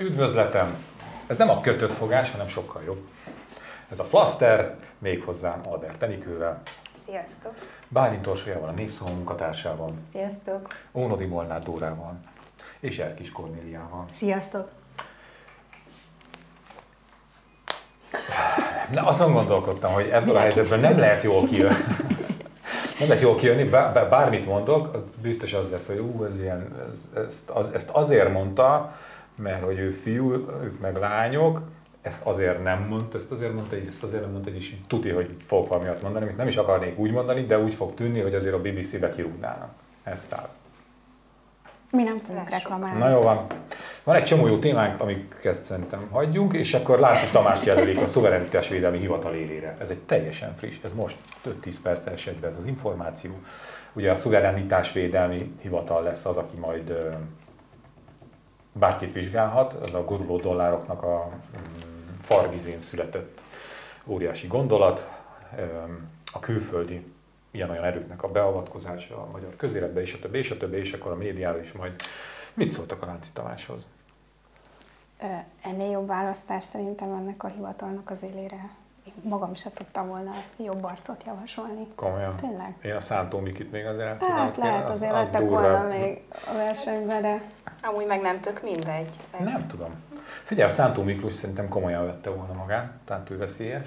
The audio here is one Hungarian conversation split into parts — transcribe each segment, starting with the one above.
Üdvözletem! Ez nem a kötött fogás, hanem sokkal jobb. Ez a Flaszter, méghozzá Albert Enikővel. Sziasztok! Bálint Orsolyával, a Népszava munkatársával. Sziasztok! Ónodi Molnár Dórával. És Erkis Kornéliával. Sziasztok! Na, azon gondolkodtam, hogy ebből a helyzetben nem lehet jól kijönni. Nem lehet jól kijönni, bármit mondok, biztos az lesz, hogy ezt azért mondta, mert hogy ő fiú, ők meg lányok, ezt azért nem mondta, ezt azért mondta, ezt azért nem mondta, és tuti, hogy fog valamiat mondani, amit nem is akarnék úgy mondani, de úgy fog tűnni, hogy azért a BBC-be kirúgnának. Ez 100. Mi nem fogunk reklamálni. Na jó van. Van egy csomó jó témánk, amiket szerintem hagyjunk, és akkor Lánci Tamást jelölik a Szuverenitásvédelmi Hivatal élére. Ez egy teljesen friss, ez most 5-10 perces egyben ez az információ. Ugye a Szuverenitásvédelmi Hivatal lesz az, aki majd bárkit vizsgálhat, az a guruló dollároknak a farvizén született óriási gondolat, a külföldi ilyen-olyan erőknek a beavatkozása a magyar közéletbe, és a többi, és a többi, és akkor a médiára is majd. Mit szóltak a Lánci Tamáshoz? Ennél jobb választás szerintem ennek a hivatalnak az élére. Én magam sem tudtam volna jobb arcot javasolni. Komolyan? Tényleg? Én a Szántó Mikit még azért nem tudom. Hát lehet, azért lettek volna még a versenyben, de... Amúgy meg nem tök mindegy. Nem tudom. Figyelj, a Szántó Miklós szerintem komolyan vette volna magát, tehát ő veszélyes.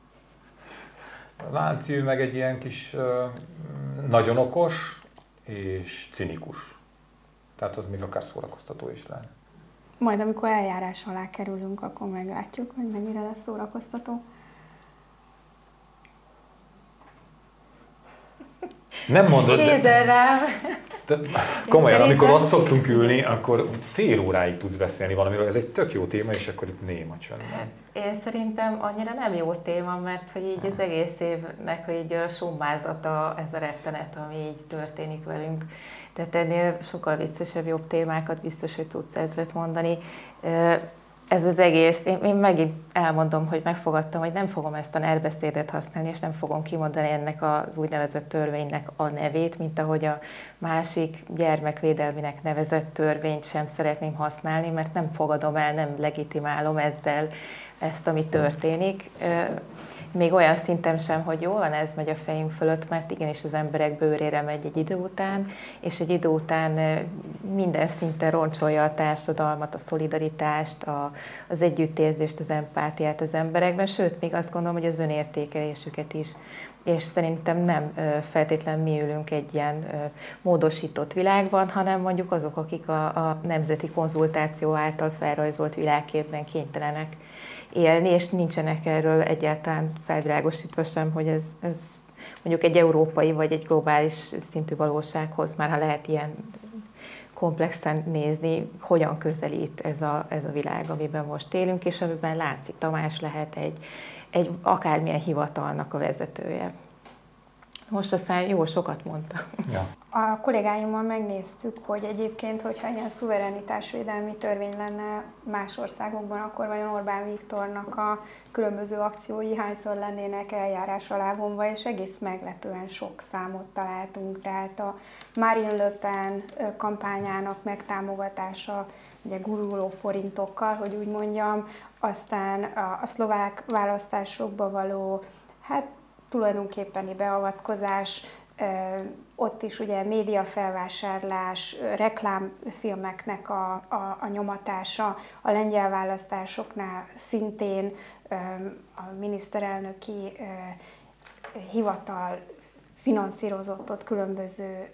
A Lánci ő meg egy ilyen kis nagyon okos és cinikus. Tehát az még akár szórakoztató is lehet. Majd amikor eljárás alá kerülünk, akkor meglátjuk, hogy mennyire lesz szórakoztató. Nem mondod, Nézzel rám! Komolyan, amikor ott szoktunk ülni, akkor fél óráig tudsz beszélni valamiről, ez egy tök jó téma, és akkor itt néma csönd. Hát én szerintem annyira nem jó téma, mert hogy így az egész évnek, hogy így a summázata, ez a rettenet, ami így történik velünk. Tehát ennél sokkal viccesebb, jobb témákat biztos, hogy tudsz ezret mondani. Ez az egész, én megint elmondom, hogy megfogadtam, hogy nem fogom ezt a NER-beszédet használni, és nem fogom kimondani ennek az úgynevezett törvénynek a nevét, mint ahogy a másik gyermekvédelminek nevezett törvényt sem szeretném használni, mert nem fogadom el, nem legitimálom ezzel ezt, ami történik. Még olyan szinten sem, hogy jó van, ez megy a fejünk fölött, mert igenis az emberek bőrére megy egy idő után, és egy idő után minden szinten roncsolja a társadalmat, a szolidaritást, az együttérzést, az empátiát az emberekben, sőt, még azt gondolom, hogy az önértékelésüket is. És szerintem nem feltétlenül mi ülünk egy ilyen módosított világban, hanem mondjuk azok, akik a nemzeti konzultáció által felrajzolt világképben kénytelenek élni, és nincsenek erről egyáltalán felvilágosítva sem, hogy ez mondjuk egy európai vagy egy globális szintű valósághoz, már ha lehet ilyen komplexen nézni, hogyan közelít ez a világ, amiben most élünk, és amiben Lánci Tamás lehet egy akármilyen hivatalnak a vezetője. Most aztán jó sokat mondtam. Ja. A kollégáimmal megnéztük, hogy egyébként, hogyha ilyen szuverenitásvédelmi törvény lenne más országokban, akkor vajon Orbán Viktornak a különböző akciói hányszor lennének eljárás alá vonva, és egész meglepően sok számot találtunk. Tehát a Marine Le Pen kampányának megtámogatása, ugye guruló forintokkal, hogy úgy mondjam, aztán a szlovák választásokba való, hát tulajdonképpeni beavatkozás, ott is ugye médiafelvásárlás, reklámfilmeknek a nyomatása, a lengyel választásoknál szintén a miniszterelnöki hivatal finanszírozott ott különböző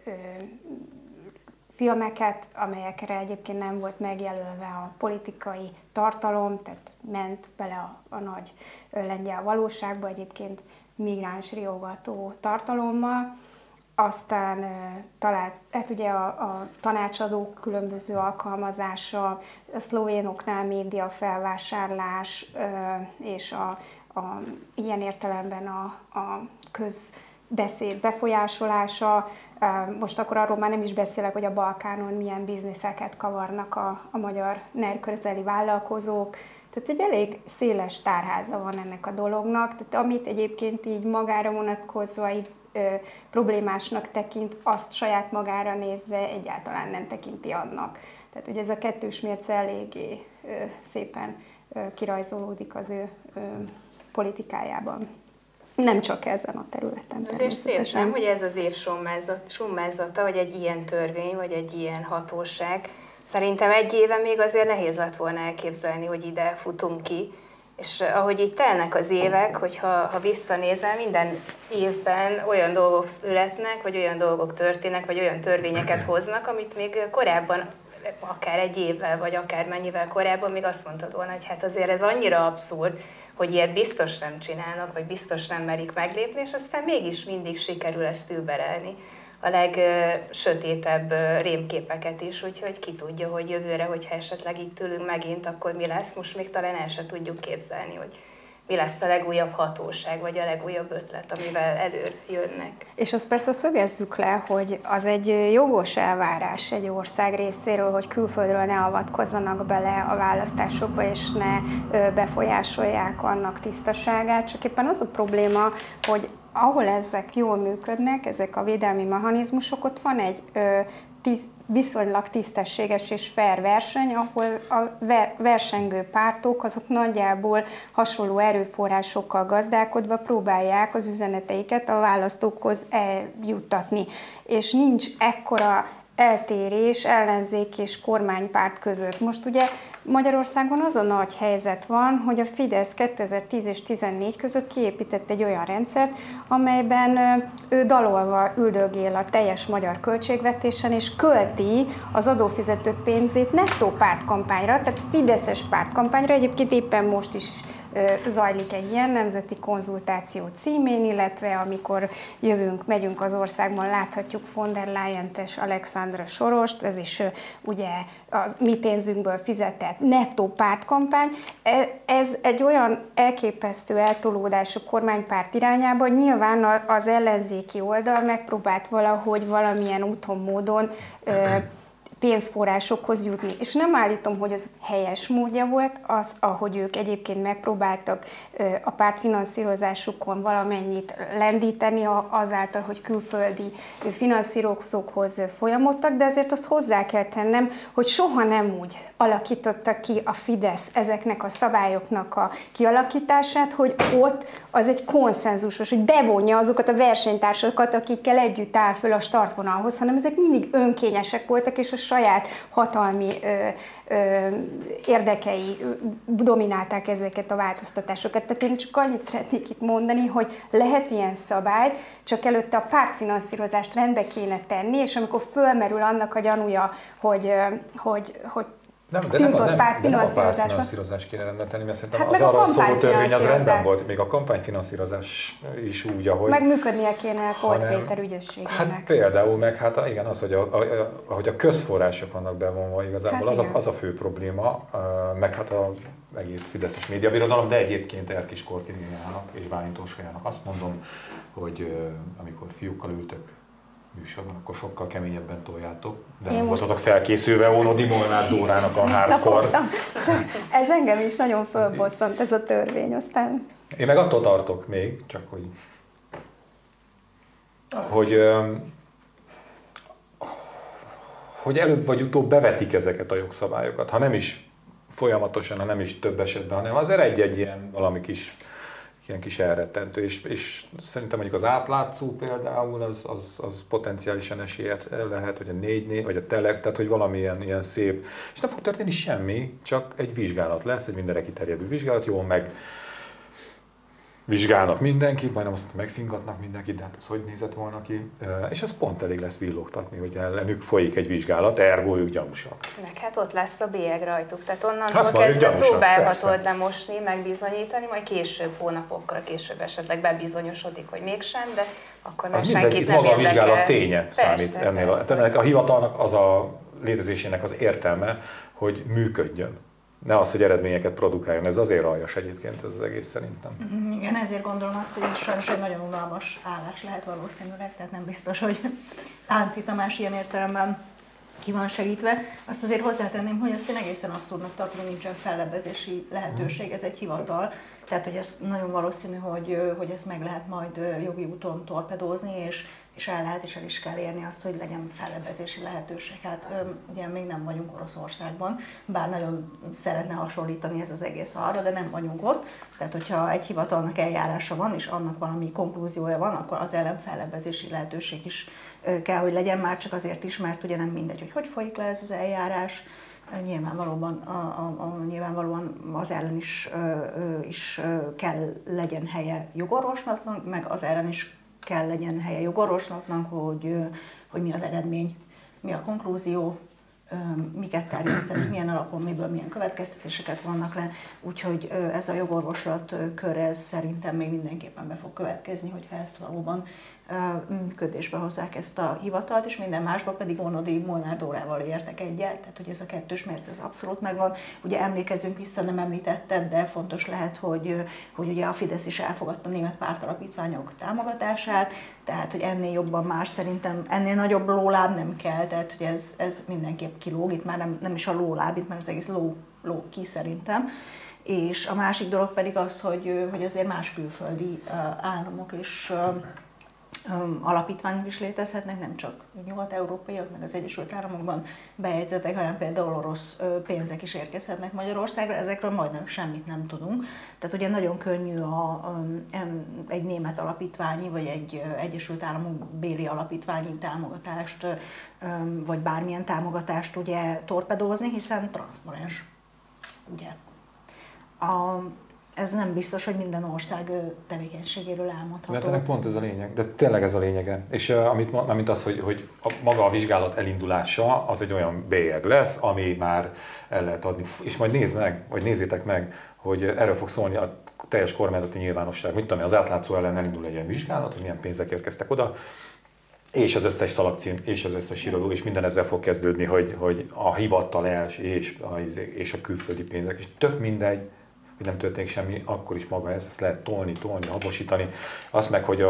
filmeket, amelyekre egyébként nem volt megjelölve a politikai tartalom, tehát ment bele a nagy lengyel valóságba, egyébként migráns riogató tartalommal. Aztán hát ugye a tanácsadók különböző alkalmazása, a szlovénoknál média felvásárlás, és ilyen értelemben a közbeszéd befolyásolása. Most akkor arról már nem is beszélek, hogy a Balkánon milyen bizniszeket kavarnak a magyar NER közeli vállalkozók. Tehát egy elég széles tárháza van ennek a dolognak, tehát amit egyébként így magára vonatkozva problémásnak tekint, azt saját magára nézve egyáltalán nem tekinti annak. Tehát ugye ez a kettős mérce eléggé szépen kirajzolódik az ő politikájában. Nem csak ezen a területen. Azért szép, nem, hogy ez az év sommázata, vagy egy ilyen törvény, vagy egy ilyen hatóság. Szerintem egy éve még azért nehéz lett volna elképzelni, hogy ide futunk ki. És ahogy így telnek az évek, hogyha visszanézel, minden évben olyan dolgok születnek, vagy olyan dolgok történnek, vagy olyan törvényeket hoznak, amit még korábban, akár egy évvel, vagy akár mennyivel korábban még azt mondtad volna, hogy hát azért ez annyira abszurd, hogy ilyet biztos nem csinálnak, vagy biztos nem merik meglépni, és aztán mégis mindig sikerül ezt überelni a legsötétebb rémképeket is, úgyhogy ki tudja, hogy jövőre, hogyha esetleg itt ülünk megint, akkor mi lesz. Most még talán el se tudjuk képzelni, hogy mi lesz a legújabb hatóság, vagy a legújabb ötlet, amivel előjönnek. És azt persze szögezzük le, hogy az egy jogos elvárás egy ország részéről, hogy külföldről ne avatkozzanak bele a választásokba, és ne befolyásolják annak tisztaságát. Csak éppen az a probléma, hogy ahol ezek jól működnek, ezek a védelmi mechanizmusok, ott van egy viszonylag tisztességes és fair verseny, ahol a versengő pártok azok nagyjából hasonló erőforrásokkal gazdálkodva próbálják az üzeneteiket a választókhoz eljuttatni. És nincs ekkora eltérés ellenzék és kormánypárt között. Most ugye Magyarországon az a nagy helyzet van, hogy a Fidesz 2010 és 2014 között kiépített egy olyan rendszert, amelyben ő dalolva üldögél a teljes magyar költségvetésen, és költi az adófizetők pénzét nettó pártkampányra, tehát fideszes pártkampányra. Egyébként éppen most is zajlik egy ilyen nemzeti konzultáció címén, illetve amikor megyünk az országban, láthatjuk von der Leyen-es Alexandra Sorost, ez is ugye a mi pénzünkből fizetett nettó pártkampány. Ez egy olyan elképesztő eltolódás a kormánypárt irányába, hogy nyilván az ellenzéki oldal megpróbált valahogy valamilyen úton, módon pénzforrásokhoz jutni. És nem állítom, hogy az helyes módja volt, az, ahogy ők egyébként megpróbáltak a pártfinanszírozásukon valamennyit lendíteni azáltal, hogy külföldi finanszírozókhoz folyamodtak, de azért azt hozzá kell tennem, hogy soha nem úgy alakította ki a Fidesz ezeknek a szabályoknak a kialakítását, hogy ott az egy konszenzusos, hogy bevonja azokat a versenytársakat, akikkel együtt áll föl a startvonalhoz, hanem ezek mindig önkényesek voltak, és a saját hatalmi érdekei dominálták ezeket a változtatásokat. Tehát én csak annyit szeretnék itt mondani, hogy lehet ilyen szabály, csak előtte a pártfinanszírozást rendbe kéne tenni, és amikor fölmerül annak a gyanúja, hogy nem a pártfinanszírozást kéne rendben tenni, mert szerintem az arra szóló törvény az rendben volt, még a kampányfinanszírozás is úgy, ahogy... Meg működnie kéne Polt Péter ügyességének. Hát például, meg hát igen, az, hogy a közforrások vannak bevonva igazából, hát az a fő probléma, meg hát az egész fideszes médiabirodalom, de egyébként Erkis Kornéliának és Bálint Orsolyának azt mondom, hogy amikor fiúkkal ültök műsorban, akkor sokkal keményebben toljátok, de nem voltatok felkészülve Ónodi Molnár Dórának a hardcore. Csak ez engem is nagyon fölbosszant, ez a törvény, aztán... Én meg attól tartok még, csak hogy előbb vagy utóbb bevetik ezeket a jogszabályokat, ha nem is folyamatosan, ha nem is több esetben, hanem azért egy-egy ilyen valami kis elrettentő, és szerintem mondjuk az átlátszó például az potenciálisan esélyet lehet, hogy a 4 vagy a Telek, tehát hogy valamilyen ilyen szép, és nem fog történni semmi, csak egy vizsgálat lesz, egy mindenre kiterjedő vizsgálat, jól vizsgálnak mindenkit, majdnem azt megfingatnak mindenkit, de hát az hogy nézett volna ki, és az pont elég lesz villogtatni, hogy ellenük folyik egy vizsgálat, ergo ők gyanúsak. Meg hát ott lesz a bélyeg rajtuk, tehát onnantól kezdve próbálhatod lemosni, megbizonyítani, majd később, hónapokkal később esetleg bebizonyosodik, hogy mégsem, de akkor már senkit nem maga a vizsgálat ténye persze, számít ennél. Ennek a hivatalnak az a létezésének az értelme, hogy működjön. Ne az, hogy eredményeket produkáljon. Ez azért aljas egyébként ez az egész szerintem. Igen, ezért gondolom azt, hogy ez sajnos egy nagyon unalmas állás lehet valószínűleg, tehát nem biztos, hogy Ánci Tamás ilyen értelemben ki van segítve. Azt azért hozzátenném, hogy azt én egészen abszurdnak tartom, hogy nincsen fellebbezési lehetőség, ez egy hivatal. Tehát, hogy ez nagyon valószínű, hogy ezt meg lehet majd jogi úton torpedózni, és és el lehet és el is kell érni azt, hogy legyen fellebbezési lehetőség. Hát ugye még nem vagyunk Oroszországban, bár nagyon szeretne hasonlítani ez az egész arra, de nem vagyunk ott. Tehát, hogyha egy hivatalnak eljárása van, és annak valami konklúziója van, akkor az ellen fellebbezési lehetőség is kell, hogy legyen, már csak azért is, mert ugye nem mindegy, hogy folyik le ez az eljárás. Nyilvánvalóan az ellen is kell legyen helye jogorvoslatnak, meg az ellen is kell legyen helye jogorvoslatnak, hogy mi az eredmény, mi a konklúzió, miket terjesztenek, milyen alapon, miből milyen következtetéseket vannak le. Úgyhogy ez a jogorvoslat kör, ez szerintem még mindenképpen be fog következni, hogyha ezt valóban működésbe hozzák ezt a hivatalt, és minden másban pedig Vonodi Molnár Dórával értek egyet, tehát hogy ez a kettős mérce, ez abszolút megvan. Ugye emlékezzünk vissza, nem említetted, de fontos lehet, hogy ugye a Fidesz is elfogadta a német pártalapítványok támogatását, tehát hogy ennél jobban más szerintem, ennél nagyobb lóláb nem kell, tehát hogy ez mindenképp kilóg, itt már nem is a lóláb, itt már az egész lóg ki szerintem. És a másik dolog pedig az, hogy azért más külföldi államok is alapítványok is létezhetnek, nem csak nyugat-európaiak, meg az Egyesült Államokban bejegyzettek, hanem például orosz pénzek is érkezhetnek Magyarországra, ezekről majdnem semmit nem tudunk. Tehát ugye nagyon könnyű egy német alapítványi, vagy egy Egyesült Államok béli alapítványi támogatást, vagy bármilyen támogatást ugye torpedózni, hiszen transzparens, ugye. Ez nem biztos, hogy minden ország tevékenységéről elmondható. De ennek pont ez a lényeg, de tényleg ez a lényege. És amit az, hogy maga a vizsgálat elindulása, az egy olyan bélyeg lesz, ami már el lehet adni. És majd nézd meg, vagy nézzétek meg, hogy erről fog szólni a teljes kormányzati nyilvánosság. Mit tudom, az átlátszó ellen elindul egy ilyen vizsgálat, hogy milyen pénzek érkeztek oda, és az összes szalagcím, és az összes híradó, és minden ezzel fog kezdődni, hogy a hivatal és a külföldi pénzek, és tök mindegy, hogy nem történik semmi, akkor is maga ezt lehet tolni, habosítani. Azt meg, hogy,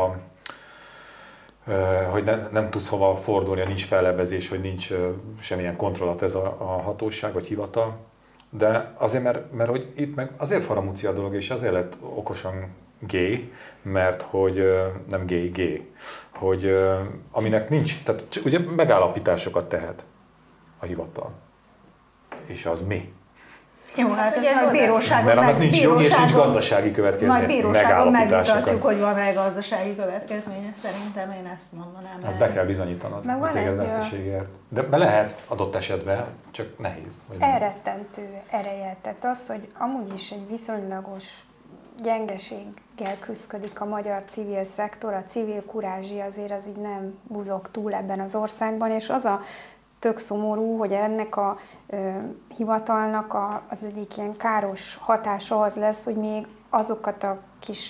hogy nem tudsz hova fordulni, nincs fellebbezés, hogy nincs semmilyen kontrollat ez a hatóság vagy hivatal. De azért, mert hogy itt meg azért faramúci a dolog, és azért lett okosan gay, mert hogy nem gay, hogy aminek nincs, tehát ugye megállapításokat tehet a hivatal. És az mi? Jó, hát ez majd bíróságon mert annak nincs jogi és nincs gazdasági következménye. Majd bíróságon megvitatjuk, hogy van-e gazdasági következménye. Szerintem én ezt mondanám. Azt be kell bizonyítanod, hogy téged veszteségért. De lehet adott esetben, csak nehéz. Elrettentő ereje. Tehát az, hogy amúgy is egy viszonylagos gyengeséggel küszködik a magyar civil szektor, a civil kurázsi azért az így nem buzog túl ebben az országban, és az a tök szomorú, hogy ennek a hivatalnak az egyik ilyen káros hatása az lesz, hogy még azokat a kis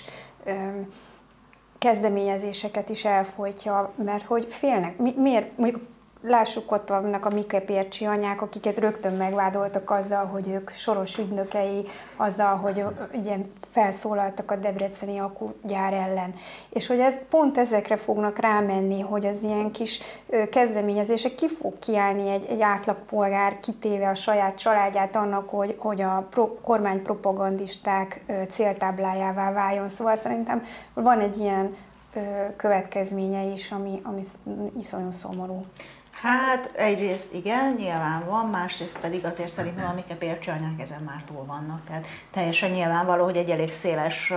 kezdeményezéseket is elfolytja, mert hogy félnek. Miért? Mondjuk lássuk ott vannak a Mike Pércsi anyák, akiket rögtön megvádoltak azzal, hogy ők soros ügynökei, azzal, hogy ugye felszólaltak a debreceni akkugyár ellen. És hogy pont ezekre fognak rámenni, hogy az ilyen kis kezdeményezések, ki fog kiállni egy átlagpolgár kitéve a saját családját annak, hogy a kormány propagandisták céltáblájává váljon. Szóval szerintem van egy ilyen következménye is, ami iszonyú szomorú. Hát egyrészt igen, nyilván van, másrészt pedig azért szerintem a Mike Pércsi anyák ezen már túl vannak. Tehát teljesen nyilvánvaló, hogy egy elég széles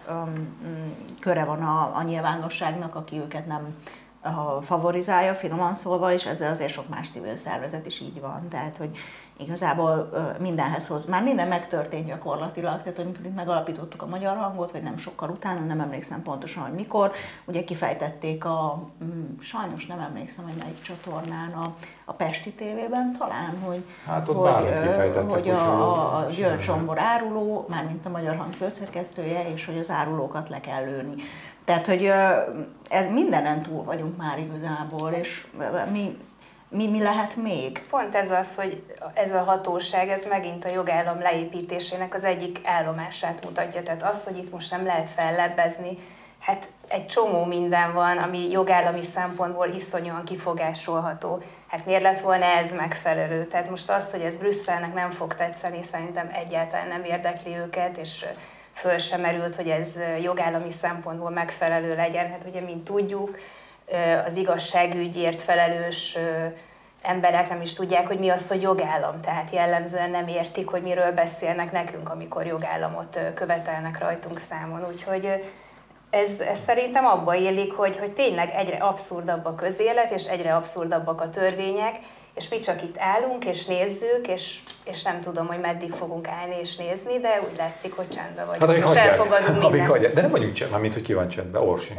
köre van a nyilvánosságnak, aki őket nem favorizálja, finoman szólva, és ezzel azért sok más civil szervezet is így van. Tehát, hogy igazából mindenhez hoz, már minden megtörtént gyakorlatilag, tehát amikor itt megalapítottuk a Magyar Hangot, vagy nem sokkal utána, nem emlékszem pontosan, hogy mikor, ugye kifejtették sajnos nem emlékszem, hogy melyik csatornán, a Pesti tévében talán, hogy a György Zsombor áruló, mármint a Magyar Hang főszerkesztője, és hogy az árulókat le kell lőni. Tehát, hogy mindenen túl vagyunk már igazából, és mi lehet még? Pont ez az, hogy ez a hatóság, ez megint a jogállam leépítésének az egyik állomását mutatja. Tehát az, hogy itt most nem lehet fellebbezni, hát egy csomó minden van, ami jogállami szempontból iszonyúan kifogásolható. Hát miért lett volna ez megfelelő? Tehát most az, hogy ez Brüsszelnek nem fog tetszeni, szerintem egyáltalán nem érdekli őket, és föl sem merült, hogy ez jogállami szempontból megfelelő legyen. Hát ugye, mint tudjuk, az igazságügyért felelős emberek nem is tudják, hogy mi az, hogy jogállam. Tehát jellemzően nem értik, hogy miről beszélnek nekünk, amikor jogállamot követelnek rajtunk számon. Úgyhogy ez szerintem abba illik, hogy tényleg egyre abszurdabb a közélet, és egyre abszurdabbak a törvények, és mi csak itt állunk, és nézzük, és nem tudom, hogy meddig fogunk állni és nézni, de úgy látszik, hogy csendben vagyunk, hát, és elfogadunk mindent. De nem vagyunk csendben, mint hogy ki van csendben, Orsi.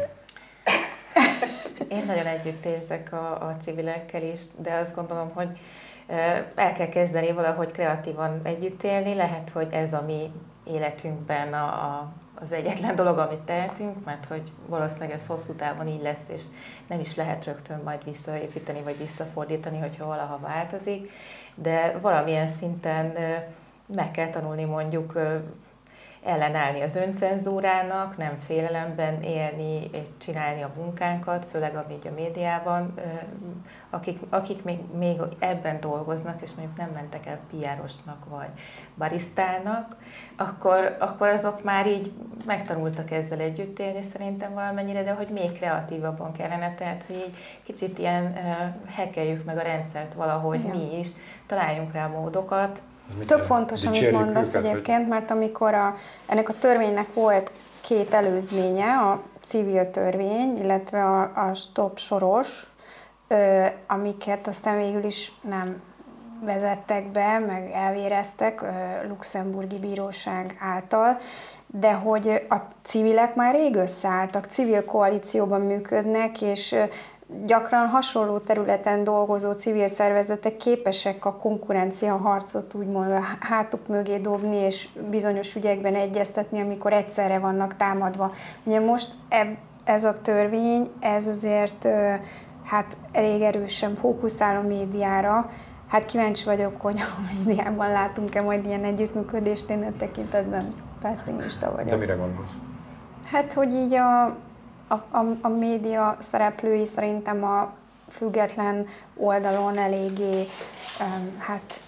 Én nagyon együtt érzek a civilekkel is, de azt gondolom, hogy el kell kezdeni valahogy kreatívan együtt élni. Lehet, hogy ez a mi életünkben az egyetlen dolog, amit tehetünk, mert hogy valószínűleg ez hosszú távon így lesz, és nem is lehet rögtön majd visszaépíteni, vagy visszafordítani, hogyha valaha változik, de valamilyen szinten meg kell tanulni mondjuk ellenállni az öncenzúrának, nem félelemben élni és csinálni a munkánkat, főleg a médiában, akik még ebben dolgoznak, és mondjuk nem mentek el PR-osnak vagy barisztának, akkor azok már így megtanultak ezzel együtt élni szerintem valamennyire, de hogy még kreatívabban kellene, tehát hogy így kicsit ilyen hackeljük meg a rendszert valahogy mi is, találjunk rá módokat. Tök fontos, amit mondasz egyébként, mert amikor ennek a törvénynek volt két előzménye, a civil törvény, illetve a stop soros, amiket aztán végül is nem vezettek be, meg elvéreztek luxemburgi bíróság által, de hogy a civilek már rég összeálltak, civil koalícióban működnek, és gyakran hasonló területen dolgozó civil szervezetek képesek a konkurencia harcot úgymond a hátuk mögé dobni, és bizonyos ügyekben egyeztetni, amikor egyszerre vannak támadva. Ugye most ez a törvény, ez azért hát elég erősen fókuszál a médiára. Hát kíváncsi vagyok, hogy a médiában látunk-e majd ilyen együttműködést, én a tekintetben pessimista vagyok. De mire gondolsz? Hát, hogy így a média szereplői szerintem a független oldalon eléggé hát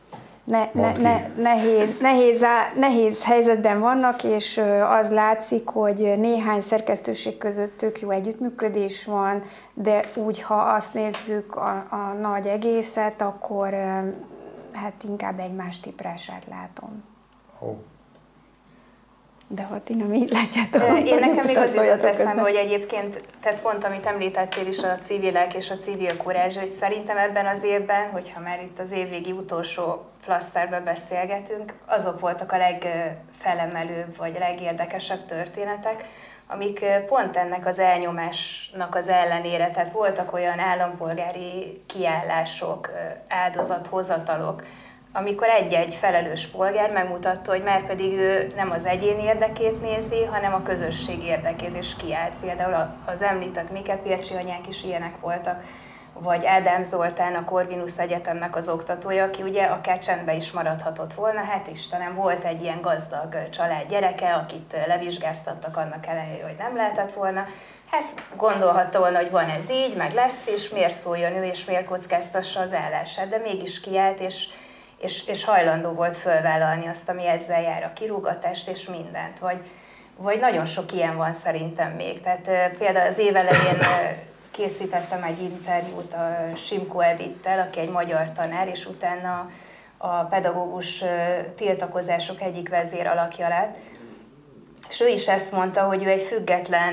nehéz helyzetben vannak, és az látszik, hogy néhány szerkesztőség között tök jó együttműködés van, de úgy, ha azt nézzük a nagy egészet, akkor hát inkább egymás tiprását látom. Oh. De ha ti nem így látjátok, én nekem még az jutott eszembe, hogy egyébként, tehát pont amit említettél is, a civilek és a civil kurázs, hogy szerintem ebben az évben, hogyha már itt az évvégi utolsó flaszterben beszélgetünk, azok voltak a legfelemelőbb vagy legérdekesebb történetek, amik pont ennek az elnyomásnak az ellenére, tehát voltak olyan állampolgári kiállások, áldozathozatalok, amikor egy-egy felelős polgár megmutatta, hogy már pedig ő nem az egyén érdekét nézi, hanem a közösség érdekét, és kiállt. Például az említett Mike Pircsi anyák is ilyenek voltak, vagy Ádám Zoltán, a Corvinus Egyetemnek az oktatója, aki ugye akár csendben is maradhatott volna. Hát Istenem, volt egy ilyen gazdag család gyereke, akit levizsgáztattak annak ellenére, hogy nem lehetett volna. Hát gondolhatta volna, hogy van ez így, meg lesz, és miért szóljon ő, és miért kockáztassa az állását, de mégis kiállt, és hajlandó volt fölvállalni azt, ami ezzel jár, a kirúgatást és mindent. Vagy nagyon sok ilyen van szerintem még. Tehát például az év elején készítettem egy interjút a Simko Edittel, aki egy magyar tanár, és utána a pedagógus tiltakozások egyik vezér alakja lett. És ő is ezt mondta, hogy ő egy független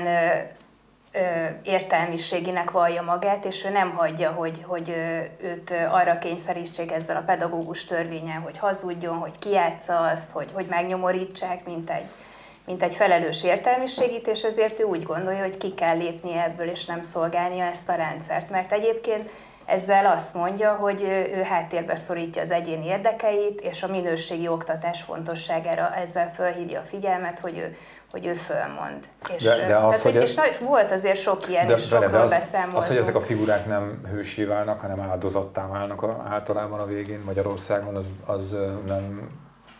értelmiséginek vallja magát, és ő nem hagyja, hogy őt arra kényszerítsék ezzel a pedagógus törvényen, hogy hazudjon, hogy kijátsza azt, hogy megnyomorítsák, mint egy felelős értelmiségit, és ezért ő úgy gondolja, hogy ki kell lépnie ebből, és nem szolgálnia ezt a rendszert. Mert egyébként ezzel azt mondja, hogy ő háttérbe szorítja az egyén érdekeit, és a minőségi oktatás fontosságára ezzel fölhívja a figyelmet, hogy ő fölmond. És volt azért sok ilyen, és sokról beszámoltunk. Az, hogy ezek a figurák nem hősé válnak, hanem áldozattá válnak általában a végén Magyarországon, az nem...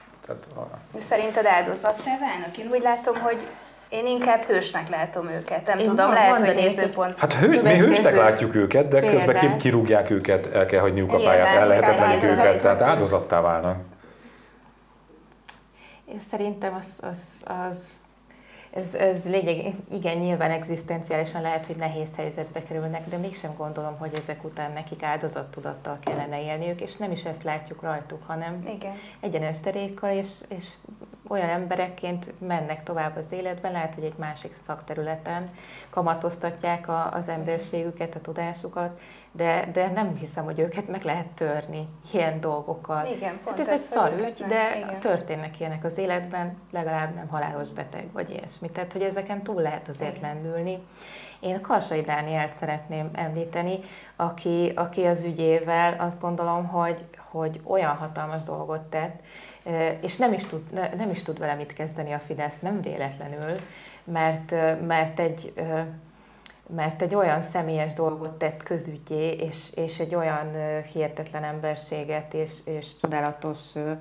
De szerinted áldozattá válnak? Én úgy látom, hogy én inkább hősnek látom őket. Nem tudom, lehet, hogy nézőpont. Hát mi hősnek látjuk őket, de közben kirúgják őket, el kell hagyniuk a pályát, ellehetetlenik őket, tehát áldozattá válnak. Én szerintem ez lényeg, igen, nyilván egzisztenciálisan lehet, hogy nehéz helyzetbe kerülnek, de mégsem gondolom, hogy ezek után nekik áldozattudattal kellene élniük, és nem is ezt látjuk rajtuk, hanem egyenes derékkal, és olyan emberekként mennek tovább az életben, lehet, hogy egy másik szakterületen kamatoztatják az emberségüket, a tudásukat, de nem hiszem, hogy őket meg lehet törni ilyen dolgokkal. Igen, hát ez egy szarügy, de történnek ilyenek az életben, legalább nem halálos beteg vagy ilyesmi. Tehát, hogy ezeken túl lehet azért lendülni. Én Karsai Dánielt szeretném említeni, aki az ügyével azt gondolom, hogy olyan hatalmas dolgot tett, és nem is tud vele mit kezdeni a Fidesz, nem véletlenül, mert egy olyan személyes dolgot tett közügyé, és egy olyan hihetetlen emberséget és csodálatos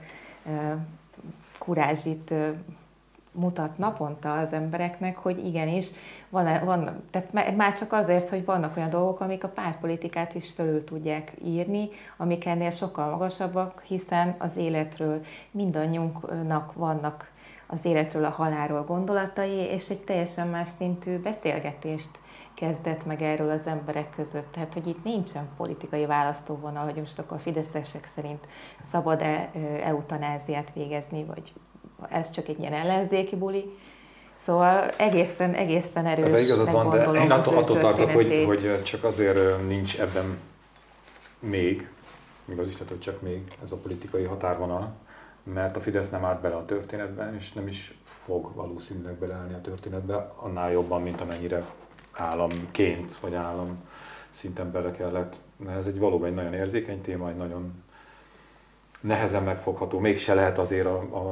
kurázsit mutat naponta az embereknek, hogy igenis, tehát már csak azért, hogy vannak olyan dolgok, amik a pártpolitikát is fölül tudják írni, amik ennél sokkal magasabbak, hiszen az életről mindannyiunknak vannak az életről, a halálról gondolatai, és egy teljesen más szintű beszélgetést kezdett meg erről az emberek között. Tehát, hogy itt nincsen politikai választóvonal, hogy most akkor a fideszesek szerint szabad-e eutanáziát végezni, vagy ez csak egy ilyen ellenzéki buli. Szóval egészen erős. De igazad van, de én attól tartok, hogy csak azért nincs ebben még az is lehet, hogy csak még ez a politikai határvonal, mert a Fidesz nem állt bele a történetben, és nem is fog valószínűleg beleállni a történetbe, annál jobban, mint amennyire államként, vagy állam szinten bele kellett. Ez valóban egy nagyon érzékeny téma, egy nagyon nehezen megfogható, mégse lehet azért a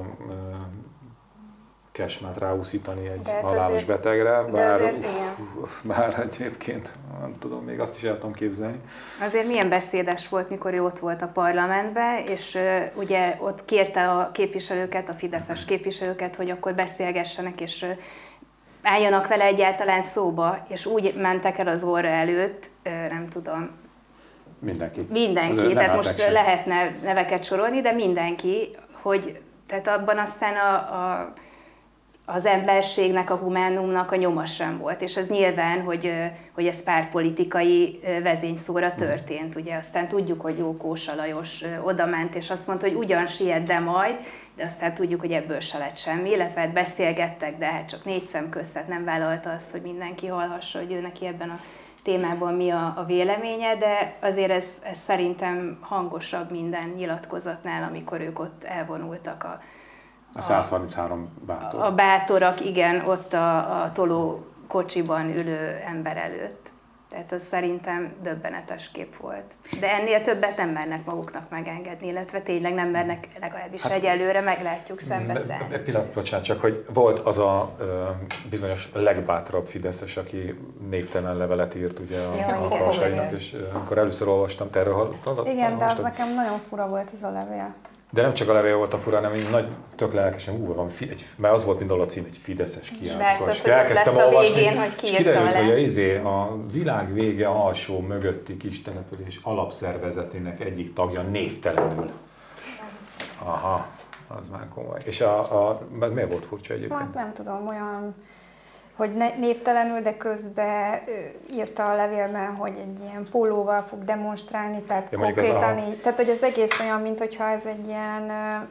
kesmát ráúszítani egy halálos betegre, bár egyébként nem tudom, még azt is el tudom képzelni. Azért milyen beszédes volt, mikor ő ott volt a parlamentben, és ugye ott kérte a képviselőket, a fideszes képviselőket, hogy akkor beszélgessenek, és álljanak vele egyáltalán szóba, és úgy mentek el az óra előtt, nem tudom. Mindenki, tehát most lehetne neveket sorolni, de mindenki, hogy tehát abban aztán az emberségnek, a humánumnak a nyoma sem volt, és ez nyilván, hogy ez pártpolitikai vezényszóra történt. Ugye aztán tudjuk, hogy Kósa Lajos odament, és azt mondta, hogy ugyan siet, de majd, de aztán tudjuk, hogy ebből se lett semmi, illetve hát beszélgettek, de hát csak 4 szem közt, tehát nem vállalta azt, hogy mindenki hallhassa, hogy ő neki ebben a témában mi a véleménye, de azért ez szerintem hangosabb minden nyilatkozatnál, amikor ők ott elvonultak a 133 bátor. A bátorak, igen, ott a tolókocsiban ülő ember előtt. Tehát az szerintem döbbenetes kép volt. De ennél többet nem mernek maguknak megengedni, illetve tényleg nem mernek, legalábbis egyelőre meglátjuk szembeszállni. Pillanat, bocsánat, csak hogy volt az a bizonyos legbátrabb fideszes, aki névtelen levelet írt ugye a Karsainak, és amikor először olvastam, te erről hallottad? Igen, de az nekem nagyon fura volt ez a levél. De nem csak a levél volt a fura, hanem így nagy, tök lelkesen, mert az volt mindenhol a cím, egy fideszes kiállító. És elkezdtem olvasni, és kiderült, hogy a világ vége alsó mögötti kis település alapszervezetének egyik tagja névtelenül. Aha, az már komoly. És miért volt furcsa egyébként? Hát nem tudom, olyan, hogy névtelenül, de közben írta a levélben, hogy egy ilyen pólóval fog demonstrálni, tehát ja, konkrétan így, tehát hogy az egész olyan, mintha ez egy ilyen,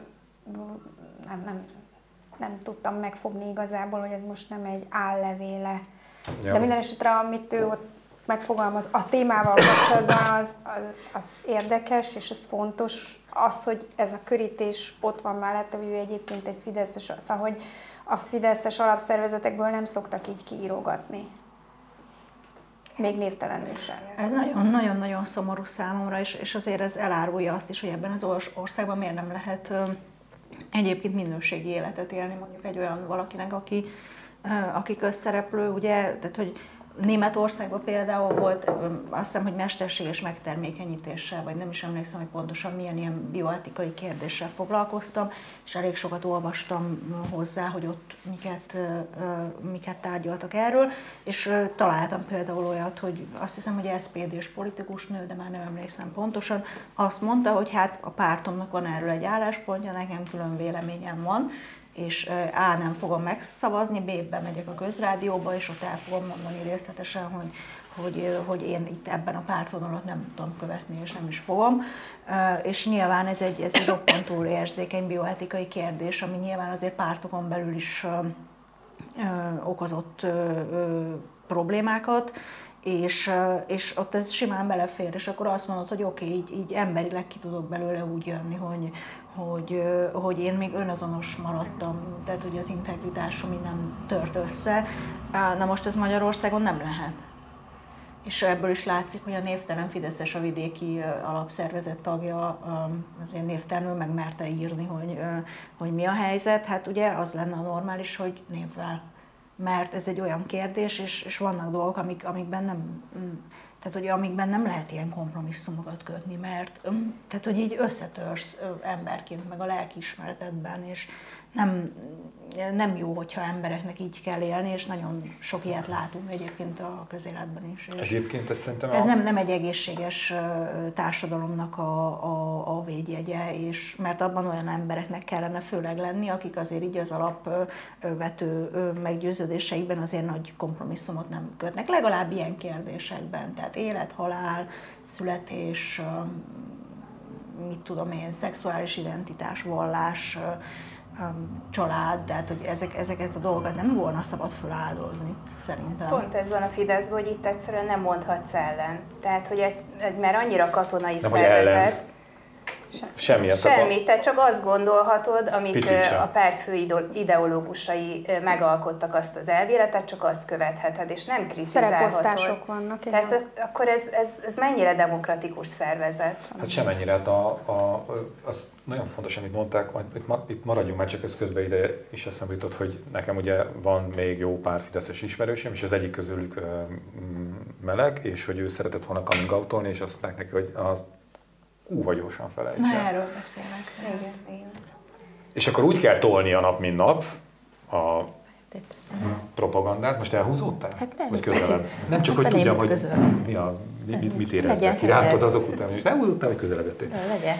nem tudtam megfogni igazából, hogy ez most nem egy állevéle. Ja. De minden esetre, amit ő ott megfogalmaz a témával kapcsolatban, az érdekes, és ez fontos, az, hogy ez a körítés ott van mellette, hogy ő egyébként egy fideszes, szóval, hogy a fideszes alapszervezetekből nem szoktak így kiírogatni. Még névtelenül sem. Ez nagyon-nagyon szomorú számomra, és azért ez elárulja azt is, hogy ebben az országban miért nem lehet egyébként minőségi életet élni mondjuk egy olyan valakinek, aki közszereplő, ugye, tehát hogy Németországban például volt, azt hiszem, hogy mesterséges megtermékenyítéssel, vagy nem is emlékszem, hogy pontosan milyen ilyen bioetikai kérdéssel foglalkoztam, és elég sokat olvastam hozzá, hogy ott miket tárgyaltak erről, és találtam például olyat, hogy azt hiszem, hogy SPD-s politikus nő, de már nem emlékszem pontosan, azt mondta, hogy hát a pártomnak van erről egy álláspontja, nekem külön véleményem van, és A, nem fogom megszavazni, B, bemegyek a közrádióba, és ott el fogom mondani részletesen, hogy én itt ebben a pártvonalat nem tudom követni, és nem is fogom. És nyilván ez egy roppantúl érzékeny bioetikai kérdés, ami nyilván azért pártokon belül is okozott problémákat, és ott ez simán belefér, és akkor azt mondod, hogy oké, így emberileg ki tudok belőle úgy jönni, hogy én még önazonos maradtam, tehát hogy az integritásom így nem tört össze. Na most ez Magyarországon nem lehet. És ebből is látszik, hogy a névtelen Fideszes, a vidéki alapszervezet tagja azért névtelenül megmerte írni, hogy mi a helyzet. Hát ugye az lenne a normális, hogy névvel. Mert ez egy olyan kérdés, és vannak dolgok, amikben nem... Tehát, hogy amikben nem lehet ilyen kompromisszumokat kötni, mert tehát, hogy így összetörsz emberként, meg a lelkiismeretedben, és nem jó, hogyha embereknek így kell élni, és nagyon sok ilyet látunk egyébként a közéletben is. Egyébként ez szerintem... Ez nem egy egészséges társadalomnak a védjegye, és mert abban olyan embereknek kellene főleg lenni, akik azért így az alapvető meggyőződéseikben azért nagy kompromisszumot nem kötnek, legalább ilyen kérdésekben, tehát élet, halál, születés, mit tudom én, szexuális identitás, vallás, család, tehát hogy ezeket a dolgokat nem volna szabad feláldozni, szerintem. Pont ez van a Fideszben, hogy itt egyszerűen nem mondhatsz ellen. Tehát, hogy mert annyira katonai szervezet. Semmit, tehát csak azt gondolhatod, amit a párt fő ideológusai megalkottak azt az elvéletet, csak azt követheted, és nem kritizálhatod. Szereposztások vannak. Tehát akkor ez mennyire demokratikus szervezet? Hát semennyire. Hát az nagyon fontos, amit mondták, itt maradjunk már, csak ez közben ide is eszembe jutott, hogy nekem ugye van még jó pár fideszes ismerősöm, és az egyik közülük meleg, és hogy ő szeretett volna coming out-olni, és azt mondták neki, hogy azt óvagyosan felejtse. Na, erről beszélek. Igen. És akkor úgy kell tolnia nap, mint nap a propagandát. Most elhúzódtál? Hát nem. Vagy közelebb? Nem csak, hogy tudjam, hogy mit érezzek. Kirántod azok után, és elhúzódtál, vagy közelebb jöttél. Legyen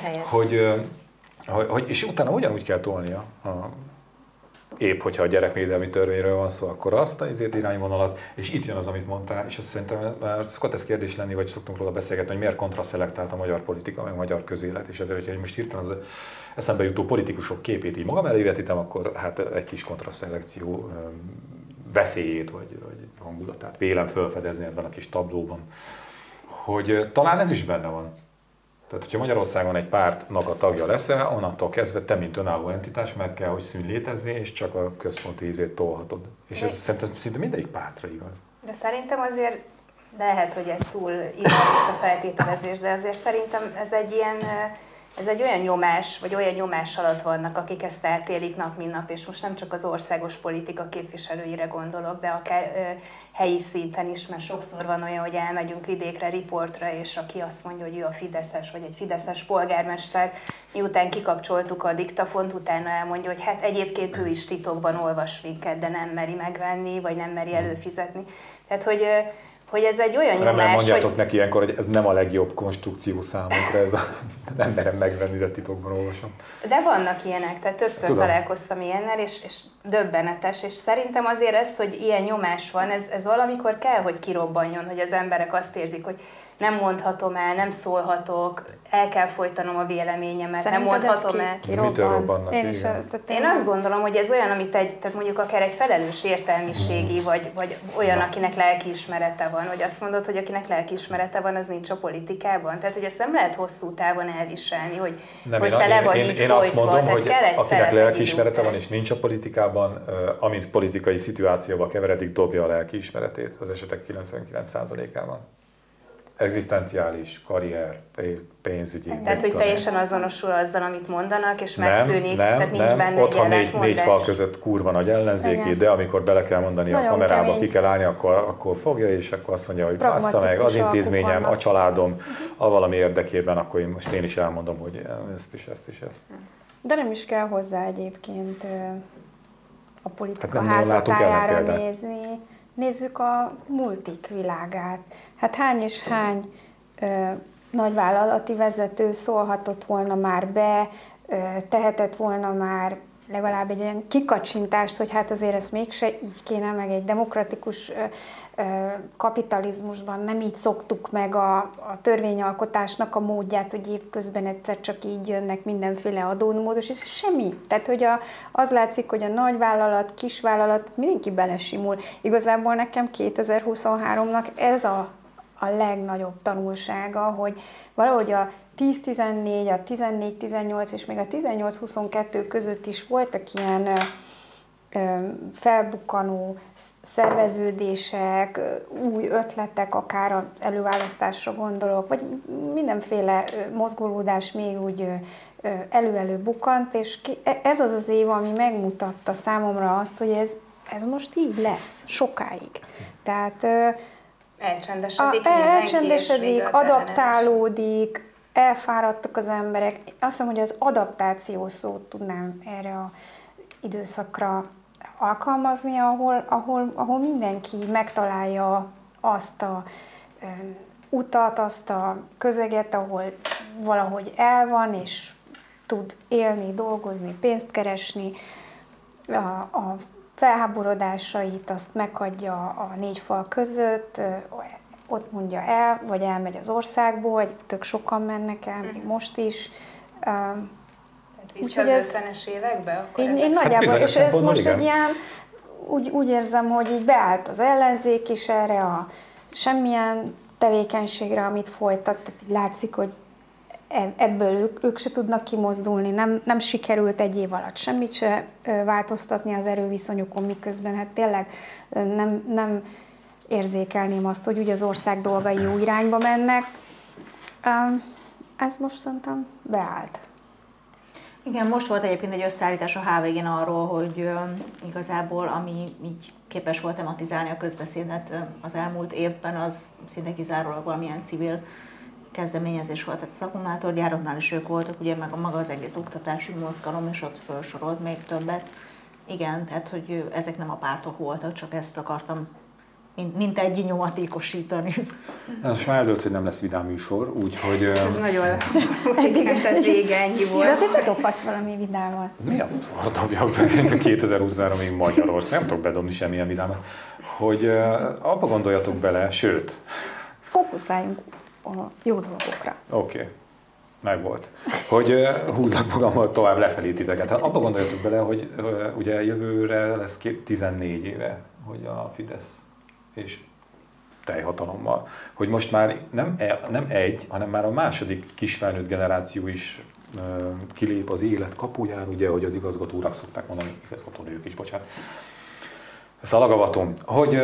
helyed. És utána ugyanúgy kell tolnia épp, hogyha a gyerekvédelmi törvényről van szó, akkor azt az irányvonalat, és itt jön az, amit mondtál, és azt szerintem már szokott ez kérdés lenni, vagy szoktunk róla beszélgetni, hogy miért kontraszelektált a magyar politika, meg a magyar közélet, és ezért, hogyha most hirtelen az eszembe jutó politikusok képét így magam elé vetítem, akkor hát egy kis kontraszelekció veszélyét, vagy hangulatát vélem felfedezni ebben a kis tablóban, hogy talán ez is benne van. Tehát, hogyha Magyarországon egy pártnak a tagja leszel, onnantól kezdve te, mint önálló entitás, meg kell, hogy szűn létezni, és csak a központi ízét tolhatod. És ez szerintem szinte mindegyik pártra igaz. De szerintem azért lehet, hogy ez túl idealista feltételezés, de azért szerintem ez egy olyan nyomás, vagy olyan nyomás alatt vannak, akik ezt átélik nap, mint nap, és most nem csak az országos politika képviselőire gondolok, de akár helyi szinten is, mert sokszor van olyan, hogy elmegyünk vidékre, riportra, és aki azt mondja, hogy ő a fideszes, vagy egy fideszes polgármester, miután kikapcsoltuk a diktafont, utána elmondja, hogy hát egyébként ő is titokban olvas minket, de nem meri megvenni, vagy nem meri előfizetni. Tehát, hogy ez egy olyan nyomás, remélem mondjátok neki ilyenkor, hogy ez nem a legjobb konstrukció számunkra, ez nem merem megvenni, de titokban olvasom. De vannak ilyenek, tehát többször találkoztam ilyennel, és döbbenetes, és szerintem azért ez, hogy ilyen nyomás van, ez valamikor kell, hogy kirobbanjon, hogy az emberek azt érzik, hogy nem mondhatom el, nem szólhatok, el kell folytanom a véleményemet, szerinted nem mondhatom el. Mitől robbannak? Én azt gondolom, hogy ez olyan, amit tehát mondjuk akár egy felelős értelmiségi, vagy olyan, akinek lelkiismerete van, vagy azt mondod, hogy akinek lelkiismerete van, az nincs a politikában. Tehát, hogy ezt nem lehet hosszú távon elviselni, hogy te le vagy így én azt mondom, hogy akinek lelkiismerete van és nincs a politikában, amint politikai szituációba keveredik, dobja a lelkiismeretét az esetek 99%-ában. Egzisztenciális, karrier, pénzügyi. Tehát, hogy teljesen azonosul azzal, amit mondanak, és megszűnik, tehát nincs benne ott van négy fal között kurva nagy ellenzéki, de amikor bele kell mondani nagyon a kamerába, kemény. Ki kell állni, akkor fogja, és akkor azt mondja, hogy bassza meg, az intézményem, a családom, a valami érdekében, akkor én is elmondom, hogy ezt is. De nem is kell hozzá egyébként a politika házatájára nézni. Nézzük a multik világát. Hát hány és hány nagyvállalati vezető szólhatott volna már be, tehetett volna már legalább egy ilyen kikacsintást, hogy hát azért ezt mégse így kéne, meg egy demokratikus kapitalizmusban nem így szoktuk meg a törvényalkotásnak a módját, hogy évközben egyszer csak így jönnek mindenféle adómódos, és semmi. Tehát, hogy az látszik, hogy a nagyvállalat, kisvállalat, mindenki belesimul. Igazából nekem 2023-nak ez a legnagyobb tanulsága, hogy valahogy a 10-14, a 14-18 és még a 18-22 között is voltak ilyen felbukkanó szerveződések, új ötletek, akár az előválasztásra gondolok, vagy mindenféle mozgolódás még úgy elő-elő bukkant, és ez az az év, ami megmutatta számomra azt, hogy ez most így lesz, sokáig. Tehát elcsendesedik, adaptálódik, elfáradtak az emberek. Azt hiszem, hogy az adaptáció szót tudnám erre az időszakra alkalmazni, ahol mindenki megtalálja azt a utat, azt a közeget, ahol valahogy el van, és tud élni, dolgozni, pénzt keresni. A felháborodásait azt meghagyja a négy fal között, ott mondja el, vagy elmegy az országból, tök sokan mennek el, még most is. Vissza az 50-es évekbe? Én nagyjából, és ez most egy ilyen, úgy érzem, hogy így beállt az ellenzék is erre a semmilyen tevékenységre, amit folytat. Tehát látszik, hogy ebből ők se tudnak kimozdulni, nem sikerült egy év alatt semmit se változtatni az erőviszonyokon, miközben hát tényleg nem érzékelném azt, hogy úgy az ország dolgai jó irányba mennek. Ez most szerintem beállt. Igen, most volt egyébként egy összeállítás a HVG-n arról, hogy igazából ami így képes volt tematizálni a közbeszédet az elmúlt évben, az szinte kizárólag valamilyen civil kezdeményezés volt. Tehát az akkumulátorgyáraknál is ők voltak, ugye meg maga az egész oktatási mozgalom, és ott felsorolt még többet. Igen, tehát hogy ezek nem a pártok voltak, csak ezt akartam mint egy nyomatékosítani. Ez most már eldőlt, hogy nem lesz vidám műsor, úgyhogy... Ez nagyon tehát vége ennyi volt. De azért bedobhatsz valami vidámat. Miért dobjak be 2023-ig Magyarország? Nem tudok bedobni semmilyen vidámat. Hogy abba gondoljatok bele, sőt... Fókuszáljunk a jó dolgokra. Oké. Megvolt. Hogy húzzak magammal tovább lefelé titeket. Hát abba gondoljatok bele, hogy ugye jövőre lesz 14 éve, hogy a Fidesz és teljhatalommal. Hogy most már nem egy, hanem már a második kisfelnőtt generáció is kilép az élet kapujára, ugye, hogy az igazgatórak szokták mondani, igazgatónők is, bocsánat. Szalagavatom, hogy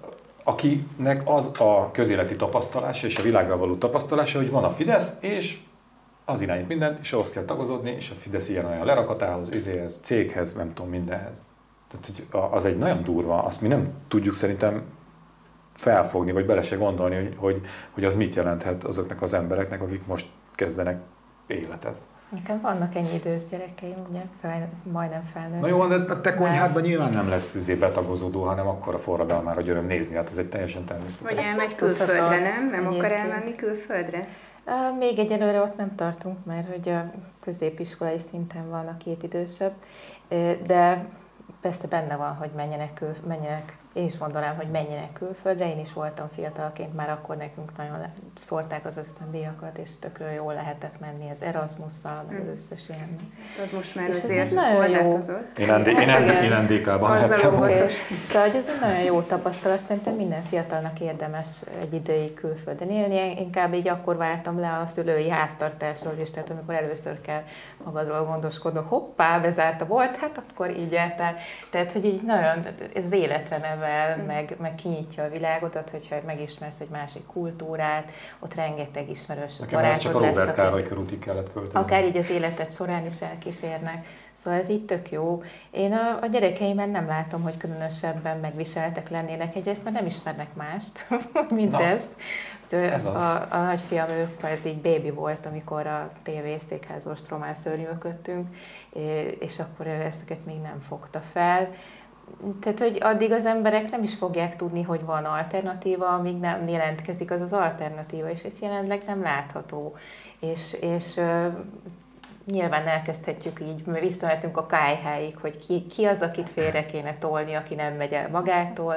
akinek az a közéleti tapasztalása és a világgal való tapasztalása, hogy van a Fidesz, és az irányít mindent, és ahhoz kell tagozódni, és a Fidesz ilyen-olyan lerakatához, céghez, nem tudom, mindenhez. Tehát az egy nagyon durva, azt mi nem tudjuk szerintem felfogni, vagy bele se gondolni, hogy az mit jelenthet azoknak az embereknek, akik most kezdenek életet. Nekem vannak ennyi idős gyerekeim, ugye, majdnem felnőtt. Na jó, de te konyhádban nyilván nem lesz betagozódó, hanem akkor a forradalmára öröm nézni, hát ez egy teljesen természetes. Vagy elmegy külföldre, nem akar elmenni külföldre? Még egyelőre ott nem tartunk, mert hogy a középiskolai szinten van a két idősebb, de persze benne van, hogy menjenek, én is mondanám, hogy menjenek külföldre, én is voltam fiatalként, már akkor nekünk nagyon szórták az ösztöndíjakat, és tökről jól lehetett menni az Erasmusszal, meg az összes ilyen. Az most már és azért korlátozott. Én NDK-ban lettem. Szóval ez egy nagyon jó tapasztalat, szerintem minden fiatalnak érdemes egy ideig külföldön élni. Én inkább így akkor váltam le a szülői háztartásról is, tehát amikor először kell magadról gondoskodnod, hoppá, bezárt a bolt, hát akkor így jártál. Tehát, hogy így nagyon ez életre nevel, meg kinyitja a világot, hogyha megismersz egy másik kultúrát, ott rengeteg ismerős barátod lesz. Csak a Róbert Károly körútig kellett költözni. Akár így az életed során is elkísérnek. Szóval ez így tök jó. Én a gyerekeimen nem látom, hogy különösebben megviseltek lennének. Egyrészt mert nem ismernek mást, mint ezt. A nagyfiam, ez így bébi volt, amikor a tévészékházról stromán szörnyűködtünk, és akkor ezeket még nem fogta fel. Tehát, hogy addig az emberek nem is fogják tudni, hogy van alternatíva, amíg nem jelentkezik az az alternatíva, és ez jelenleg nem látható. És nyilván elkezdhetjük így, mert visszamehetünk a KH-ig, hogy ki az, akit félre kéne tolni, aki nem megy el magától.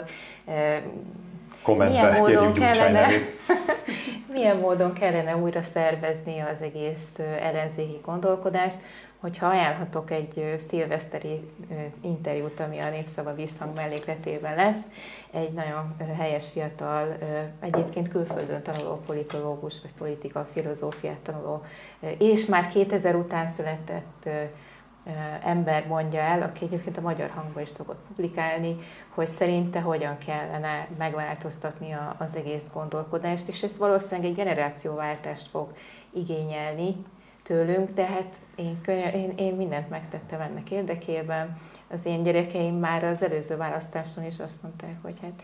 Kommentbe kérjük Gyurcsány nevét. Milyen módon kellene újra szervezni az egész ellenzéki gondolkodást, hogyha ajánlhatok egy szilveszteri interjút, ami a Népszava Visszhang mellékletében lesz, egy nagyon helyes fiatal, egyébként külföldön tanuló politológus, vagy politika, filozófiát tanuló, és már 2000 után született ember mondja el, aki egyébként a Magyar Hangban is szokott publikálni, hogy szerinte hogyan kellene megváltoztatni az egész gondolkodást, és ez valószínűleg egy generációváltást fog igényelni tőlünk, de hát én mindent megtettem ennek érdekében. Az én gyerekeim már az előző választáson is azt mondták, hogy hát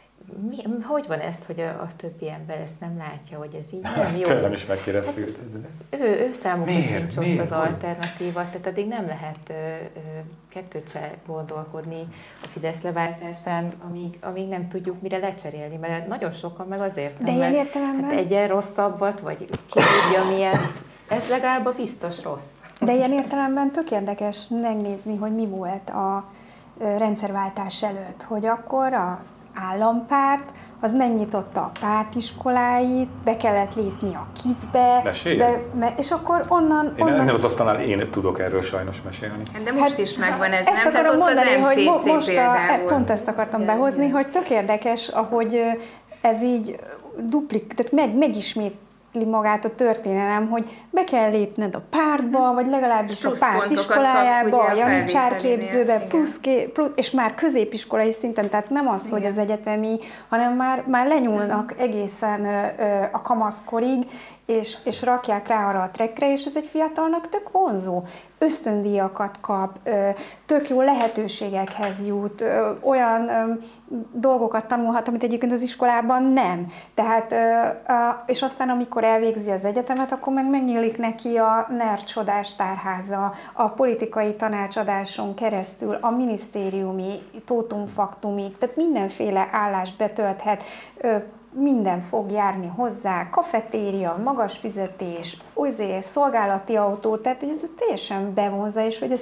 hogy van ez, hogy a többi ember ezt nem látja, hogy ez így nem ezt jó. tőlem is megkérdeztük. Hát, ő számukra sincs ott az alternatíva, tehát addig nem lehet kettőt se gondolkodni a Fidesz leváltásán, amíg nem tudjuk mire lecserélni, mert nagyon sokan meg azért nem, ilyen értelemben? hát egyen rosszabbat, vagy ki tudja milyen, ez legalább a biztos rossz. De ilyen értelemben tök érdekes megnézni, hogy mi volt a rendszerváltás előtt, hogy akkor az állampárt, az megnyitotta a pártiskoláit, be kellett lépni a KISZ-be, és akkor onnan... Nem az asztalnál én tudok erről sajnos mesélni. De most is megvan ez, ezt nem? akarom mondani, hogy most pont ezt akartam igen, behozni, igen. hogy tök érdekes, ahogy ez így tehát megismétli magát a történelem, hogy be kell lépned a pártba, vagy legalábbis a pártiskolájába, a janicsárképzőbe, plusz, és már középiskolai szinten, tehát nem az, hogy az egyetemi, hanem már lenyúlnak egészen a kamaszkorig, és rakják rá arra a trekkre, és ez egy fiatalnak tök vonzó. Ösztöndíjakat kap, tök jó lehetőségekhez jut, olyan dolgokat tanulhat, amit egyébként az iskolában nem. Tehát, és aztán amikor elvégzi az egyetemet, akkor meg megnyílik neki a NER csodás tárháza, a politikai tanácsadáson keresztül, a minisztériumi, tótum-faktumig, tehát mindenféle állást betölthet, minden fog járni hozzá, kafetéria, magas fizetés, szolgálati autó, tehát hogy ez teljesen bevonza, és hogy ez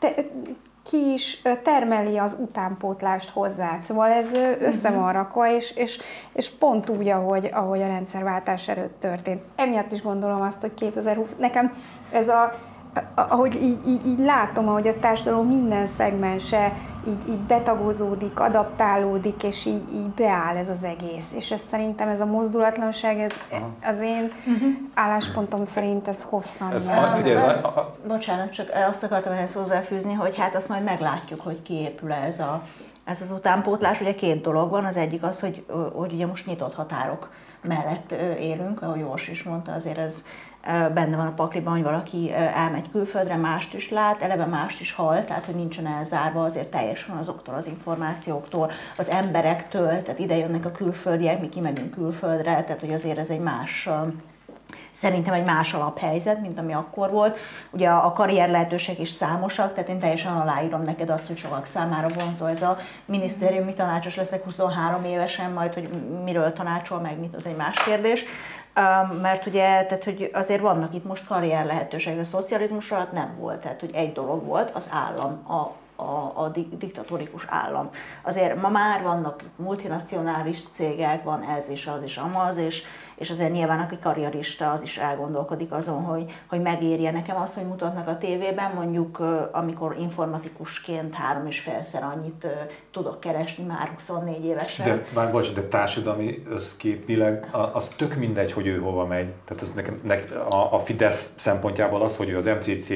ki is termeli az utánpótlást hozzá. Szóval ez össze van rakva, és pont úgy, ahogy a rendszerváltás előtt történt. Emiatt is gondolom azt, hogy 2020, nekem ez ahogy így látom, ahogy a társadalom minden szegmense így betagozódik, adaptálódik, és így beáll ez az egész. És ez szerintem ez a mozdulatlanság, ez az én álláspontom szerint ez hosszan jár. Bocsánat, csak azt akartam ehhez hozzáfűzni, hogy hát azt majd meglátjuk, hogy kiépül ez az utánpótlás. Ugye két dolog van, az egyik az, hogy ugye most nyitott határok mellett élünk, ahogy Jós is mondta, azért ez benne van a pakliban, hogy valaki elmegy külföldre, mást is lát, eleve mást is hall, tehát hogy nincsen elzárva azért teljesen azoktól az információktól, az emberektől, tehát ide jönnek a külföldiek, mi kimegyünk külföldre, tehát hogy azért ez egy más, szerintem egy más alaphelyzet, mint ami akkor volt. Ugye a karrier lehetőségek is számosak, tehát én teljesen aláírom neked azt, hogy sokak számára vonzó ez a minisztériumi tanácsos leszek 23 évesen, majd hogy miről tanácsol, meg mit, az egy más kérdés. Mert ugye, tehát, hogy azért vannak itt most karrier lehetőségek, a szocializmus alatt nem volt, tehát hogy egy dolog volt, az állam, a diktatórikus állam. Azért ma már vannak multinacionális cégek, van ez és az és amaz, és azért nyilván aki karrierista, az is elgondolkodik azon, hogy megérje nekem az, hogy mutatnak a tévében, mondjuk amikor informatikusként 3,5-szer annyit tudok keresni már 24 évesen. De társadalmi összképileg az tök mindegy, hogy ő hova megy. Tehát az a Fidesz szempontjából az, hogy ő az MCC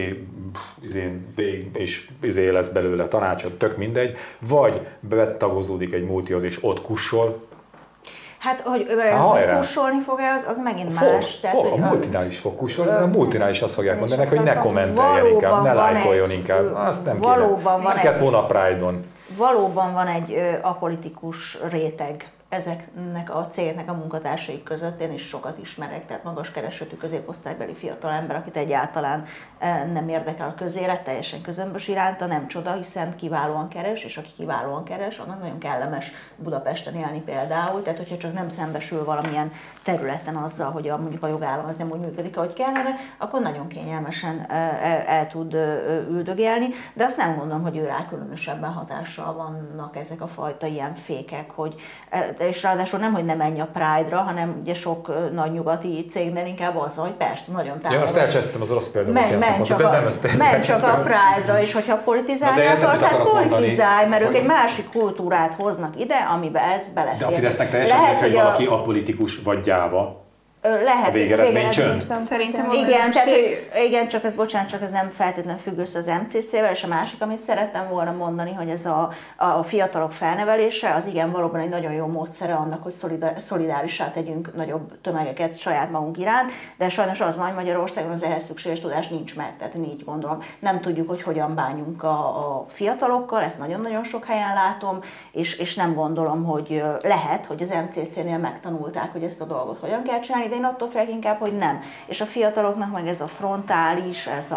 és lesz belőle tanácsot, tök mindegy, vagy betagozódik egy multihoz és ott kussol. Hát, hogy kussolni fog-e, az megint más. A multinál is fog kussolni, de a multinál is azt fogják mondani, hogy ne kommenteljen inkább, ne lájkoljon inkább. Azt nem kéne. Nem kellett volna a Pride-on. Valóban van egy apolitikus réteg ezeknek a cégeknek a munkatársai között én is sokat ismerek, tehát magas keresetű középosztálybeli fiatal ember, akit egyáltalán nem érdekel a közélet, teljesen közömbös iránta, nem csoda, hiszen kiválóan keres, és aki kiválóan keres, annak nagyon kellemes Budapesten élni például, tehát hogyha csak nem szembesül valamilyen területen azzal, hogy mondjuk a jogállam az nem úgy működik, ahogy kellene, akkor nagyon kényelmesen el tud üldögélni, de azt nem gondolom, hogy ő rá különösebben hatással vannak ezek a fajta ilyen fékek, hogy és ráadásul nem, hogy ne menj a Pride-ra, hanem ugye sok nagy nyugati cégnél inkább az van, hogy persze, nagyon támogató. Ja, azt elcsesztem, az rossz példa. Menj csak a Pride-ra, és hogyha politizálni akarsz, hát politizálj, mert ők egy másik kultúrát hoznak ide, amiben ez belefér. De a Fidesznek teljesen mindegy, hogy valaki apolitikus vagy gyáva. Lehet, a végeredmény csönd. Szerintem igen, csak ez nem feltétlenül függ össze az MCC-vel, és a másik, amit szerettem volna mondani, hogy ez a fiatalok felnevelése, az igen valóban egy nagyon jó módszere annak, hogy szolidárissá tegyünk nagyobb tömegeket saját magunk iránt, de sajnos az van, hogy Magyarországon az ehhez szükséges tudás nincs meg, tehát én így gondolom. Nem tudjuk, hogy hogyan bánjunk a fiatalokkal, ezt nagyon-nagyon sok helyen látom, és nem gondolom, hogy lehet, hogy az MCC-nél megtanulták, hogy ezt a dolgot hogyan kell csinálni, de én attól félek inkább, hogy nem. És a fiataloknak meg ez a frontális, ez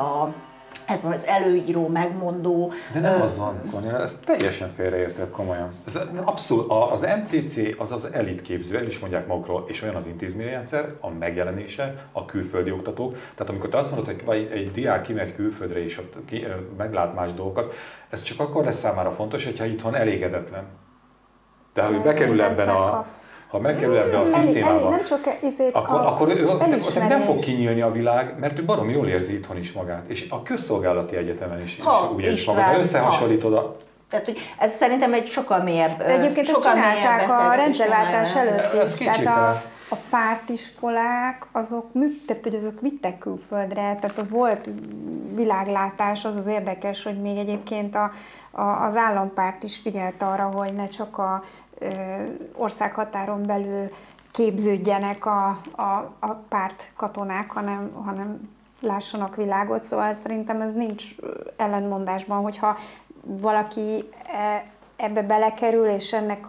az előíró, megmondó... De nem az van, Kornél, ez teljesen félreértett komolyan. Ez abszolút, az MCC az elitképző, el is mondják magukról, és olyan az intézményrendszer, a megjelenése, a külföldi oktatók. Tehát amikor te azt mondod, hogy egy diák kimegy külföldre és ott meglát más dolgokat, ez csak akkor lesz számára fontos, hogyha itthon elégedetlen. De ha ő bekerül ebben ha megkerül ebbe a szisztémába, nem csak akkor ő nem fog kinyílni a világ, mert ő baromi jól érzi itthon is magát. És a közszolgálati egyetemen is úgy érzi magát. Ha összehasonlítod Tehát, hogy ez szerintem egy sokkal mélyebb egyébként ezt csinálták a rendszerváltás előtt is. Tehát a pártiskolák, azok vittek külföldre, tehát volt világlátás, az világlátás, hogy még egyébként az állampárt is figyelt arra, hogy ne csak a országhatáron belül képződjenek a párt katonák, hanem lássanak világot, szóval szerintem ez nincs ellentmondásban, hogyha valaki ebbe belekerül, és ennek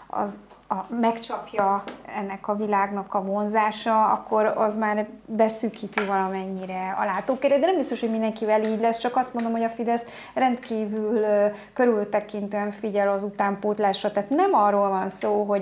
megcsapja ennek a világnak a vonzása, akkor az már beszűkíti valamennyire a látókörét, de nem biztos, hogy mindenkivel így lesz, csak azt mondom, hogy a Fidesz rendkívül körültekintően figyel az utánpótlásra, tehát nem arról van szó, hogy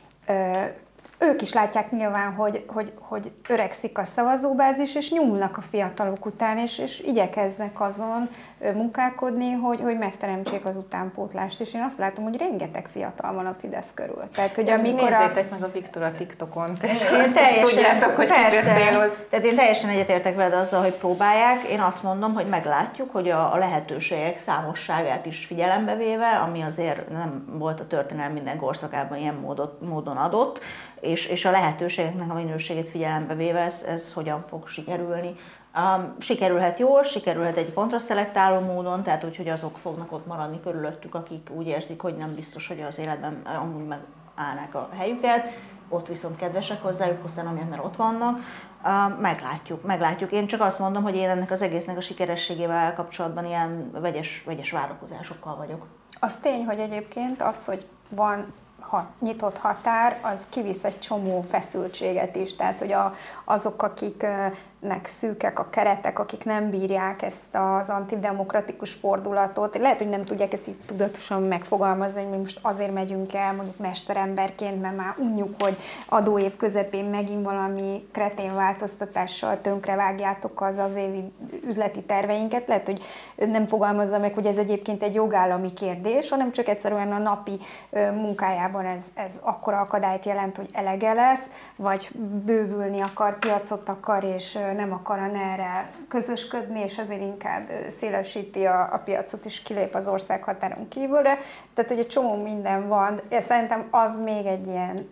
ők is látják nyilván, hogy öregszik a szavazóbázis, és nyúlnak a fiatalok után, és igyekeznek azon munkálkodni, hogy megteremtsék az utánpótlást. És én azt látom, hogy rengeteg fiatal van a Fidesz körül. Tehát, hogy nézzétek meg a Viktor a TikTokon, tudjátok, hogy kibeszéloz. Tehát én teljesen egyetértek veled azzal, hogy próbálják. Én azt mondom, hogy meglátjuk, hogy a lehetőségek számosságát is figyelembe véve, ami azért nem volt a történelem minden korszakában ilyen módon adott, és a lehetőségeknek a minőségét figyelembe véve ez hogyan fog sikerülni. Sikerülhet jól, sikerülhet egy kontraszelektáló módon, tehát hogy azok fognak ott maradni körülöttük, akik úgy érzik, hogy nem biztos, hogy az életben amúgy megállnák a helyüket, ott viszont kedvesek hozzájuk, aztán amiért mert ott vannak. Meglátjuk. Én csak azt mondom, hogy én ennek az egésznek a sikerességével kapcsolatban ilyen vegyes várakozásokkal vagyok. Az tény, hogy egyébként az, hogy van nyitott határ, az kivisz egy csomó feszültséget is, tehát hogy azok, akiknek szűkek a keretek, akik nem bírják ezt az antidemokratikus fordulatot, lehet, hogy nem tudják ezt így tudatosan megfogalmazni, hogy mi most azért megyünk el mondjuk mesteremberként, mert már unjuk, hogy adóév közepén megint valami kretén változtatással tönkrevágjátok az évi üzleti terveinket, lehet, hogy nem fogalmazza meg, hogy ez egyébként egy jogállami kérdés, hanem csak egyszerűen a napi munkájában ez akkora akadályt jelent, hogy elege lesz, vagy bővülni akar, piacot akar, és nem akar erre közösködni, és azért inkább szélesíti a piacot, és kilép az ország határon kívülre. Tehát, hogy egy csomó minden van. Szerintem az még egy ilyen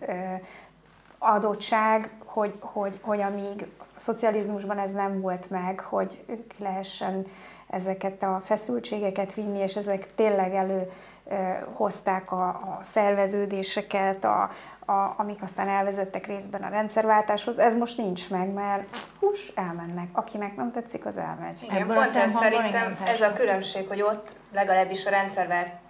adottság, hogy amíg a szocializmusban ez nem volt meg, hogy ki lehessen ezeket a feszültségeket vinni, és ezek tényleg hozták a szerveződéseket, amik aztán elvezettek részben a rendszerváltáshoz. Ez most nincs meg, mert elmennek. Akinek nem tetszik, az elmegy. Igen, pont ez szerintem ez a különbség, hogy ott legalábbis a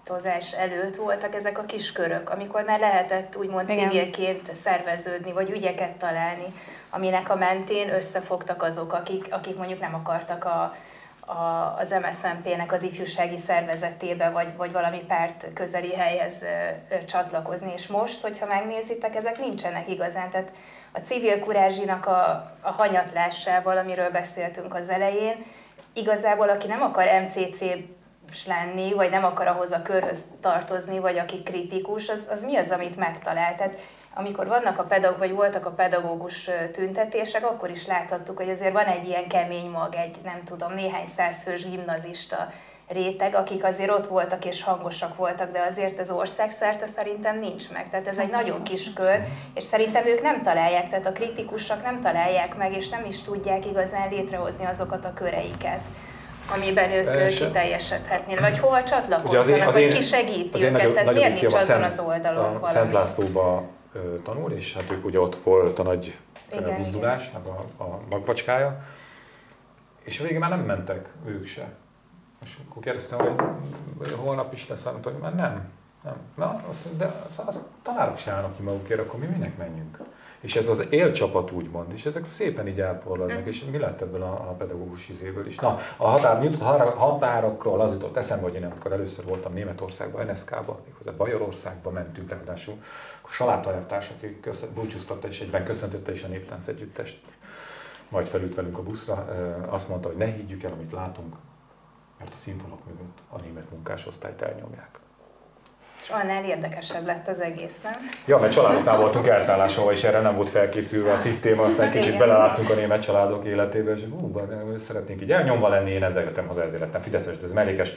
korlátozás előtt voltak ezek a kiskörök, amikor már lehetett úgymond civilként szerveződni, vagy ügyeket találni, aminek a mentén összefogtak azok, akik mondjuk nem akartak az MSZNP-nek az ifjúsági szervezetébe, vagy valami párt közeli helyhez csatlakozni. És most, hogyha megnézitek, ezek nincsenek igazán. Tehát a civil kurázsinak a hanyatlásával, amiről beszéltünk az elején, igazából aki nem akar MCC-s lenni, vagy nem akar ahhoz a körhöz tartozni, vagy aki kritikus, az mi az, amit megtalál? Tehát amikor vagy voltak a pedagógus tüntetések, akkor is láthattuk, hogy azért van egy ilyen kemény mag, egy nem tudom, néhány százfős gimnazista réteg, akik azért ott voltak és hangosak voltak, de azért az országszerte szerintem nincs meg. Tehát ez egy nagyon kis kör, és szerintem ők nem találják, tehát a kritikusok nem találják meg, és nem is tudják igazán létrehozni azokat a köreiket, amiben ők kiteljesedhetnének, vagy hova csatlakozzanak, vagy ki segíti őket, tehát miért nincs azon az oldalon valami. Szent Lászlóba tanul, és hát ők ugye ott volt a nagy buzdulás, a magvacskája, és a végén már nem mentek ők se. És akkor kérdeztem, hogy holnap is lesz, hogy már nem. Na, de az tanárok se állnak ki magukért, akkor mi minek menjünk? És ez az élcsapat úgymond, és ezek szépen így elporladnak, és mi lett ebből a pedagógus izéből is? Na, a határokról az jutott eszembe, hogy én amikor először voltam Németországban, NSZK-ba, méghozzá Bajorországba mentünk ráadásul, akkor Saláta elvtárs, aki búcsúztatta és egyben köszöntötte is a Néptánc együttest, majd felült velünk a buszra, azt mondta, hogy ne higgyük el, amit látunk, mert a színfalak mögött a német munkásosztályt elnyomják. És annál érdekesebb lett az egész, nem? Ja, mert családoknál voltunk elszállásolva, és erre nem volt felkészülve a szisztéma, aztán kicsit beleláttunk a német családok életébe, és szeretnénk így elnyomva lenni, én ezzel jöttem haza, ezért lettem fideszes, de ez mellékes.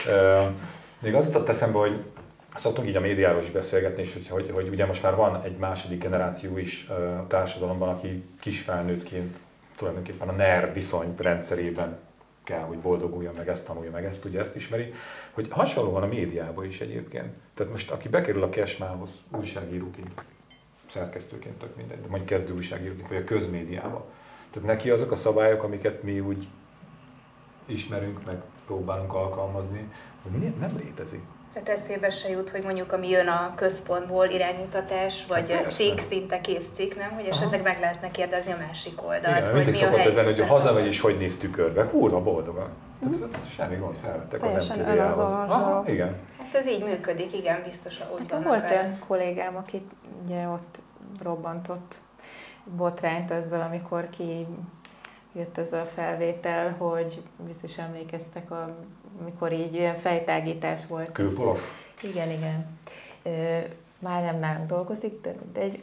Még az jutott eszembe, hogy szoktunk így a médiáról is beszélgetni, és hogy ugye most már van egy második generáció is a társadalomban, aki kisfelnőttként tulajdonképpen a NER viszony rendszerében kell, hogy boldoguljon, meg ezt tanulja, meg ezt tudja, ezt ismeri, hogy hasonlóan a médiában is egyébként. Tehát most aki bekerül a Kesmához újságíróként, szerkesztőként, tök mindegy, mondjuk kezdő újságíróként, vagy a közmédiába. Tehát neki azok a szabályok, amiket mi úgy ismerünk, meg próbálunk alkalmazni, az nem létezik. Tehát eszébe se jut, hogy mondjuk ami jön a központból iránymutatás, vagy cikk, szinte kész cikk, nem? Hogy esetleg meg lehetne kérdezni a másik oldalt. Igen, mindig szokott ezen, hogy hazamegy és hogy néz tükörbe. Kurva boldogan. Semmi gond, felvettek az MTV-ához. Igen. Hát ez így működik, igen, biztos, ahogy vannak. Volt olyan kollégám, aki ugye ott robbantott botrányt azzal, amikor jött ez a felvétel, hogy biztos emlékeztek, amikor így ilyen fejtágítás volt. Külpolos? Igen. Már nem nálunk dolgozik, de egy...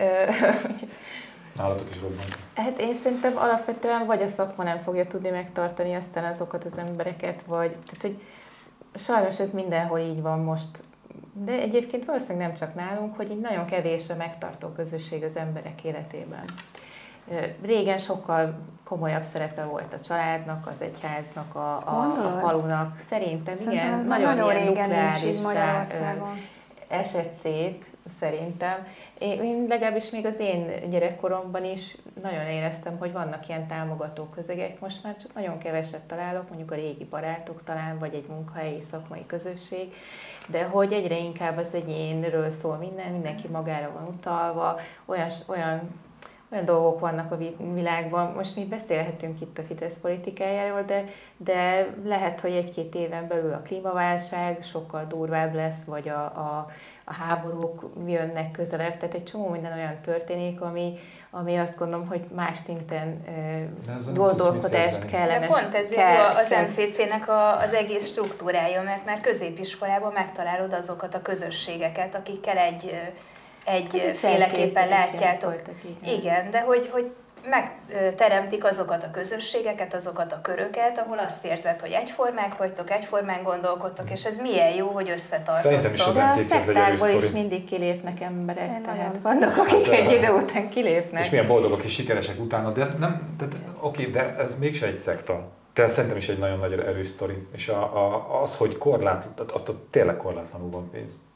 Nálatok is robbant. Hát én szerintem alapvetően vagy a szakma nem fogja tudni megtartani aztán azokat az embereket, vagy... Tehát, hogy sajnos ez mindenhol így van most. De egyébként valószínűleg nem csak nálunk, hogy így nagyon kevés a megtartó közösség az emberek életében. Régen sokkal komolyabb szerepe volt a családnak, az egyháznak, a falunak. Szerintem igen, nagyon ilyen nukleárissá esett szét, szerintem. Én legalábbis még az én gyerekkoromban is nagyon éreztem, hogy vannak ilyen támogató közegek. Most már csak nagyon keveset találok, mondjuk a régi barátok talán, vagy egy munkahelyi szakmai közösség, de hogy egyre inkább az egyénről szól mindenki magára van utalva, olyan dolgok vannak a világban. Most mi beszélhetünk itt a Fidesz politikájáról, de lehet, hogy egy-két éven belül a klímaválság sokkal durvább lesz, vagy a háborúk jönnek közelebb. Tehát egy csomó minden olyan történik, ami azt gondolom, hogy más szinten gondolkodást kellene. De pont ez az MCC-nek az egész struktúrája, mert már középiskolában megtalálod azokat a közösségeket, akikkel egyféleképpen látjátok. Igen, de hogy megteremtik azokat a közösségeket, azokat a köröket, ahol azt érzed, hogy egyformák vagytok, egyformán gondolkodtok, és ez milyen jó, hogy összetartoztok. De a szektákból is mindig kilépnek emberek, tehát vannak, akik egy idő után kilépnek. És milyen boldogok és sikeresek utána, de nem, de ez mégse egy szekta. Tehát szerintem is egy nagyon nagy erős sztori. És az, hogy tényleg korlátlanul van pénz.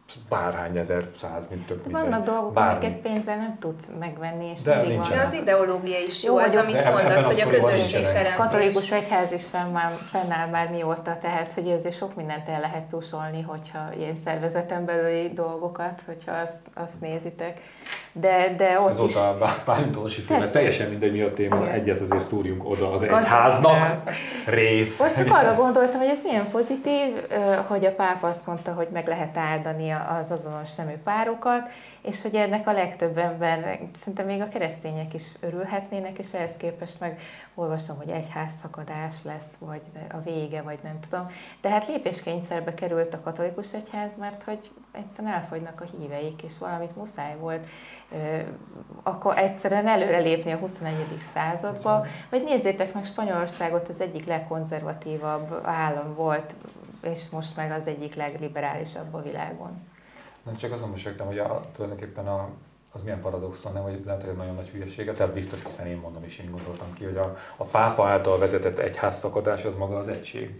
bárhány ezer, száz, mint tök minden. Vannak dolgok, amiket pénzzel nem tudsz megvenni, és de mindig nincsen. van. Az ideológia is jó, az, jó, amit mondasz, hogy a közösségteremtés. Katolikus egyház is fennáll már mióta, tehát hogy azért sok mindent el lehet tusolni, hogyha ilyen szervezeten belüli dolgokat, hogyha azt nézitek. De ott is... Azóta a Bálintolosi filmet teljesen mindegy mi a téma, egyet azért szúrjunk oda az egyháznak rész. Most csak arra gondoltam, hogy ez milyen pozitív, hogy a pápa azt mondta, hogy meg lehet áldani az azonos nemű párokat, és hogy ennek a legtöbb ember, szinte még a keresztények is örülhetnének, és ehhez képest meg olvasom, hogy egyházszakadás lesz, vagy a vége, vagy nem tudom. De hát lépéskényszerbe került a katolikus egyház, mert hogy egyszerűen elfogynak a híveik, és valamit muszáj volt akkor egyszerűen előrelépni a 21. századba. Vagy nézzétek meg, Spanyolországot az egyik legkonzervatívabb állam volt, és most meg az egyik legliberálisabb a világon. Nem csak azon mosolyogtam, hogy tulajdonképpen az milyen paradoxon, nem, hogy lehet, hogy nagyon nagy hülyesége, tehát biztos, hiszen én mondom és én gondoltam ki, hogy a pápa által vezetett egyházszakadás az maga az egység.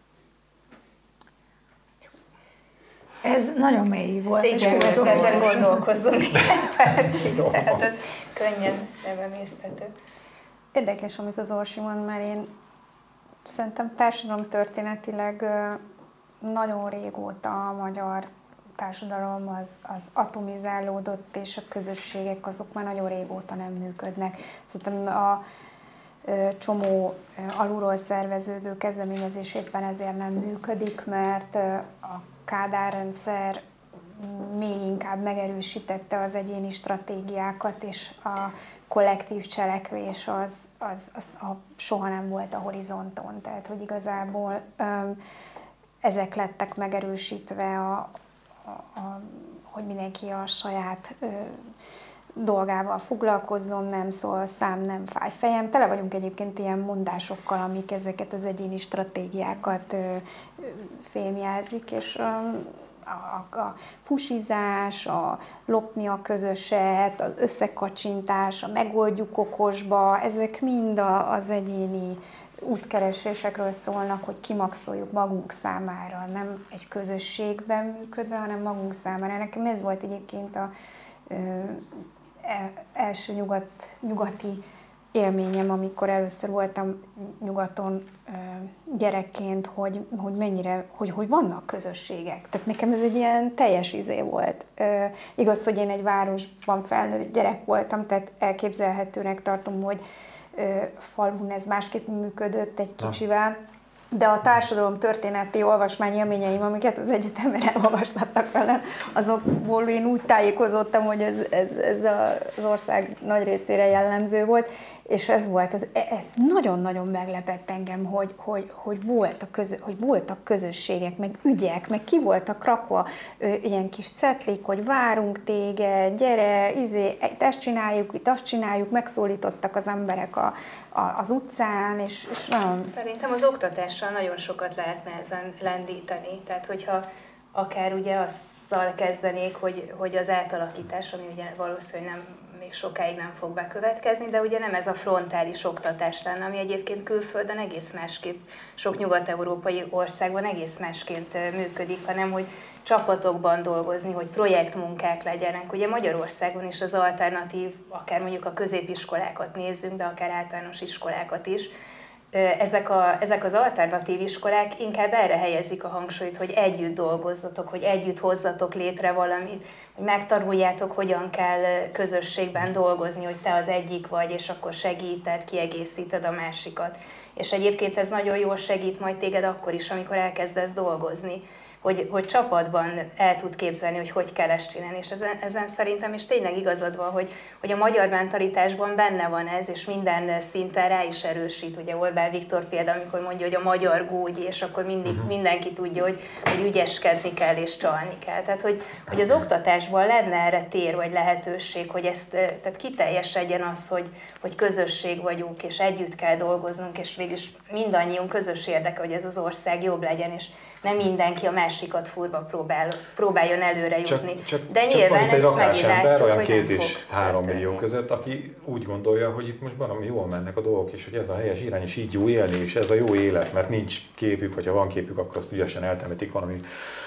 Ez nagyon mély volt. És ezen gondolkozzunk egy percig, tehát ez könnyen emészthető. Érdekes, amit az Orsi mond, mert én szerintem társadalomtörténetileg nagyon régóta a magyar társadalom az atomizálódott, és a közösségek azok már nagyon régóta nem működnek. Szerintem a csomó alulról szerveződő kezdeményezés éppen ezért nem működik, mert a Kádár rendszer még inkább megerősítette az egyéni stratégiákat, és a kollektív cselekvés az soha nem volt a horizonton. Tehát, hogy igazából ezek lettek megerősítve, hogy mindenki a saját dolgával foglalkozzon, nem szól szám, nem fáj fejem. Tele vagyunk egyébként ilyen mondásokkal, amik ezeket az egyéni stratégiákat fémjelzik, és a fusizás, a lopni a közöset, az összekacsintás, a megoldjuk okosba, ezek mind az egyéni útkeresésekről szólnak, hogy kimaxoljuk magunk számára, nem egy közösségben működve, hanem magunk számára. Nekem ez volt egyébként az első nyugati élményem, amikor először voltam nyugaton gyerekként, hogy mennyire, hogy vannak közösségek. Tehát nekem ez egy ilyen teljes izé volt. Igaz, hogy én egy városban felnőtt gyerek voltam, tehát elképzelhetőnek tartom, hogy falun ez másképp működött egy kicsivel, de a társadalom történeti olvasmányélményeim, amiket az egyetemen elolvastattak velem, azokból én úgy tájékozottam, hogy ez az ország nagy részére jellemző volt, és ez volt, ez nagyon-nagyon meglepett engem, hogy voltak közösségek, meg ügyek, meg ki voltak rakva ilyen kis cetlik, hogy várunk téged, gyere, itt ezt csináljuk, itt azt csináljuk, megszólítottak az emberek az utcán, és nagyon... Szerintem az oktatással nagyon sokat lehetne ezen lendíteni, tehát hogyha akár ugye azzal kezdenék, hogy az átalakítás, ami ugye valószínűleg még sokáig nem fog bekövetkezni, de ugye nem ez a frontális oktatás lenne, ami egyébként külföldön egész másképp, sok nyugat-európai országban egész másként működik, hanem hogy csapatokban dolgozni, hogy projektmunkák legyenek. Ugye Magyarországon is az alternatív, akár mondjuk a középiskolákat nézzünk, de akár általános iskolákat is, ezek az alternatív iskolák inkább erre helyezik a hangsúlyt, hogy együtt dolgozzatok, hogy együtt hozzatok létre valamit, hogy megtanuljátok, hogyan kell közösségben dolgozni, hogy te az egyik vagy, és akkor segíted, kiegészíted a másikat. És egyébként ez nagyon jól segít majd téged akkor is, amikor elkezdesz dolgozni, hogy csapatban el tud képzelni, hogy kell ezt csinálni, és ezen szerintem is tényleg igazad van, hogy a magyar mentalitásban benne van ez, és minden szinten rá is erősít. Ugye Orbán Viktor például, amikor mondja, hogy a magyar gógy, és akkor mindig mindenki tudja, hogy ügyeskedni kell és csalni kell. Tehát, hogy az oktatásban lenne erre tér vagy lehetőség, hogy ezt tehát kiteljesedjen az, hogy közösség vagyunk, és együtt kell dolgoznunk, és végülis mindannyiunk közös érdeke, hogy ez az ország jobb legyen, és nem mindenki a másikat furva próbáljon előre jutni. De nyilván van itt egy ezt ember, olyan hogy 2 és 3 millió között, aki úgy gondolja, hogy itt most valami jól mennek a dolgok, és hogy ez a helyes irány, és így jó élni, és ez a jó élet, mert nincs képük, vagy ha van képük, akkor azt ügyesen eltemetik valami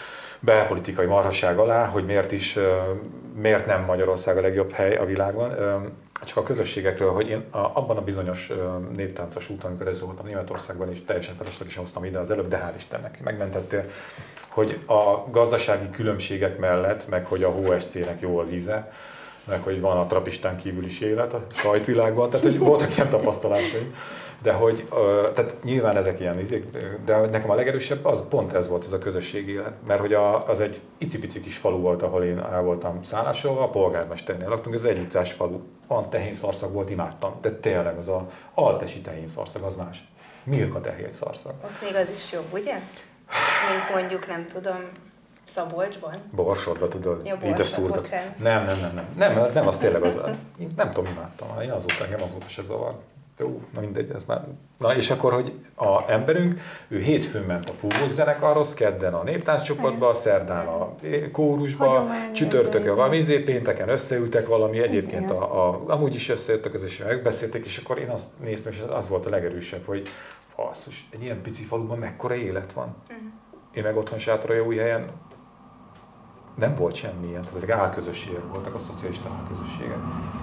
belpolitikai marhaság alá, hogy miért nem Magyarország a legjobb hely a világon. Csak a közösségekről, hogy én abban a bizonyos néptáncos úton, amikor ez voltam Németországban is, teljesen feleslegesen hoztam ide az előbb, de hál' Istennek megmentettél, hogy a gazdasági különbségek mellett, meg hogy a HSC-nek jó az íze, meg hogy van a trapistán kívül is élet a sajtvilágban, tehát hogy voltak ilyen tapasztalatai. De hogy, tehát nyilván ezek ilyen izék, de nekem a legerősebb az pont ez volt, ez a közösségi élet. Mert hogy az egy icipici kis falu volt, ahol én el voltam szállásolva, a polgármesternél laktunk, ez egy utcás falu. Van tehénszarszag volt, imádtam, de tényleg az a altesi tehénszarszag, az más. Milka tehénszarszag. Ott még az is jobb, ugye? Mint mondjuk, nem tudom, Szabolcsban? Borsodba, tudod, Ja, itt a szúrtak. Nem, az tényleg az, nem tudom, imádtam. Én engem azóta se zavar. Jó, na mindegy, ez már... Na és akkor, hogy a emberünk, ő hétfőn ment a fúvós zenekarhoz, kedden a néptánccsoportba, szerdán a kórusba, csütörtökön valami, pénteken összeültek valami, egyébként amúgy is összejöttek, közösen megbeszélték, és akkor én azt néztem, és az volt a legerősebb, hogy basszus, egy ilyen pici faluban mekkora élet van. Én meg otthon Sátoraljaújhelyen nem volt semmilyen, tehát ezek álközösségek voltak, a szocialista álközösségek.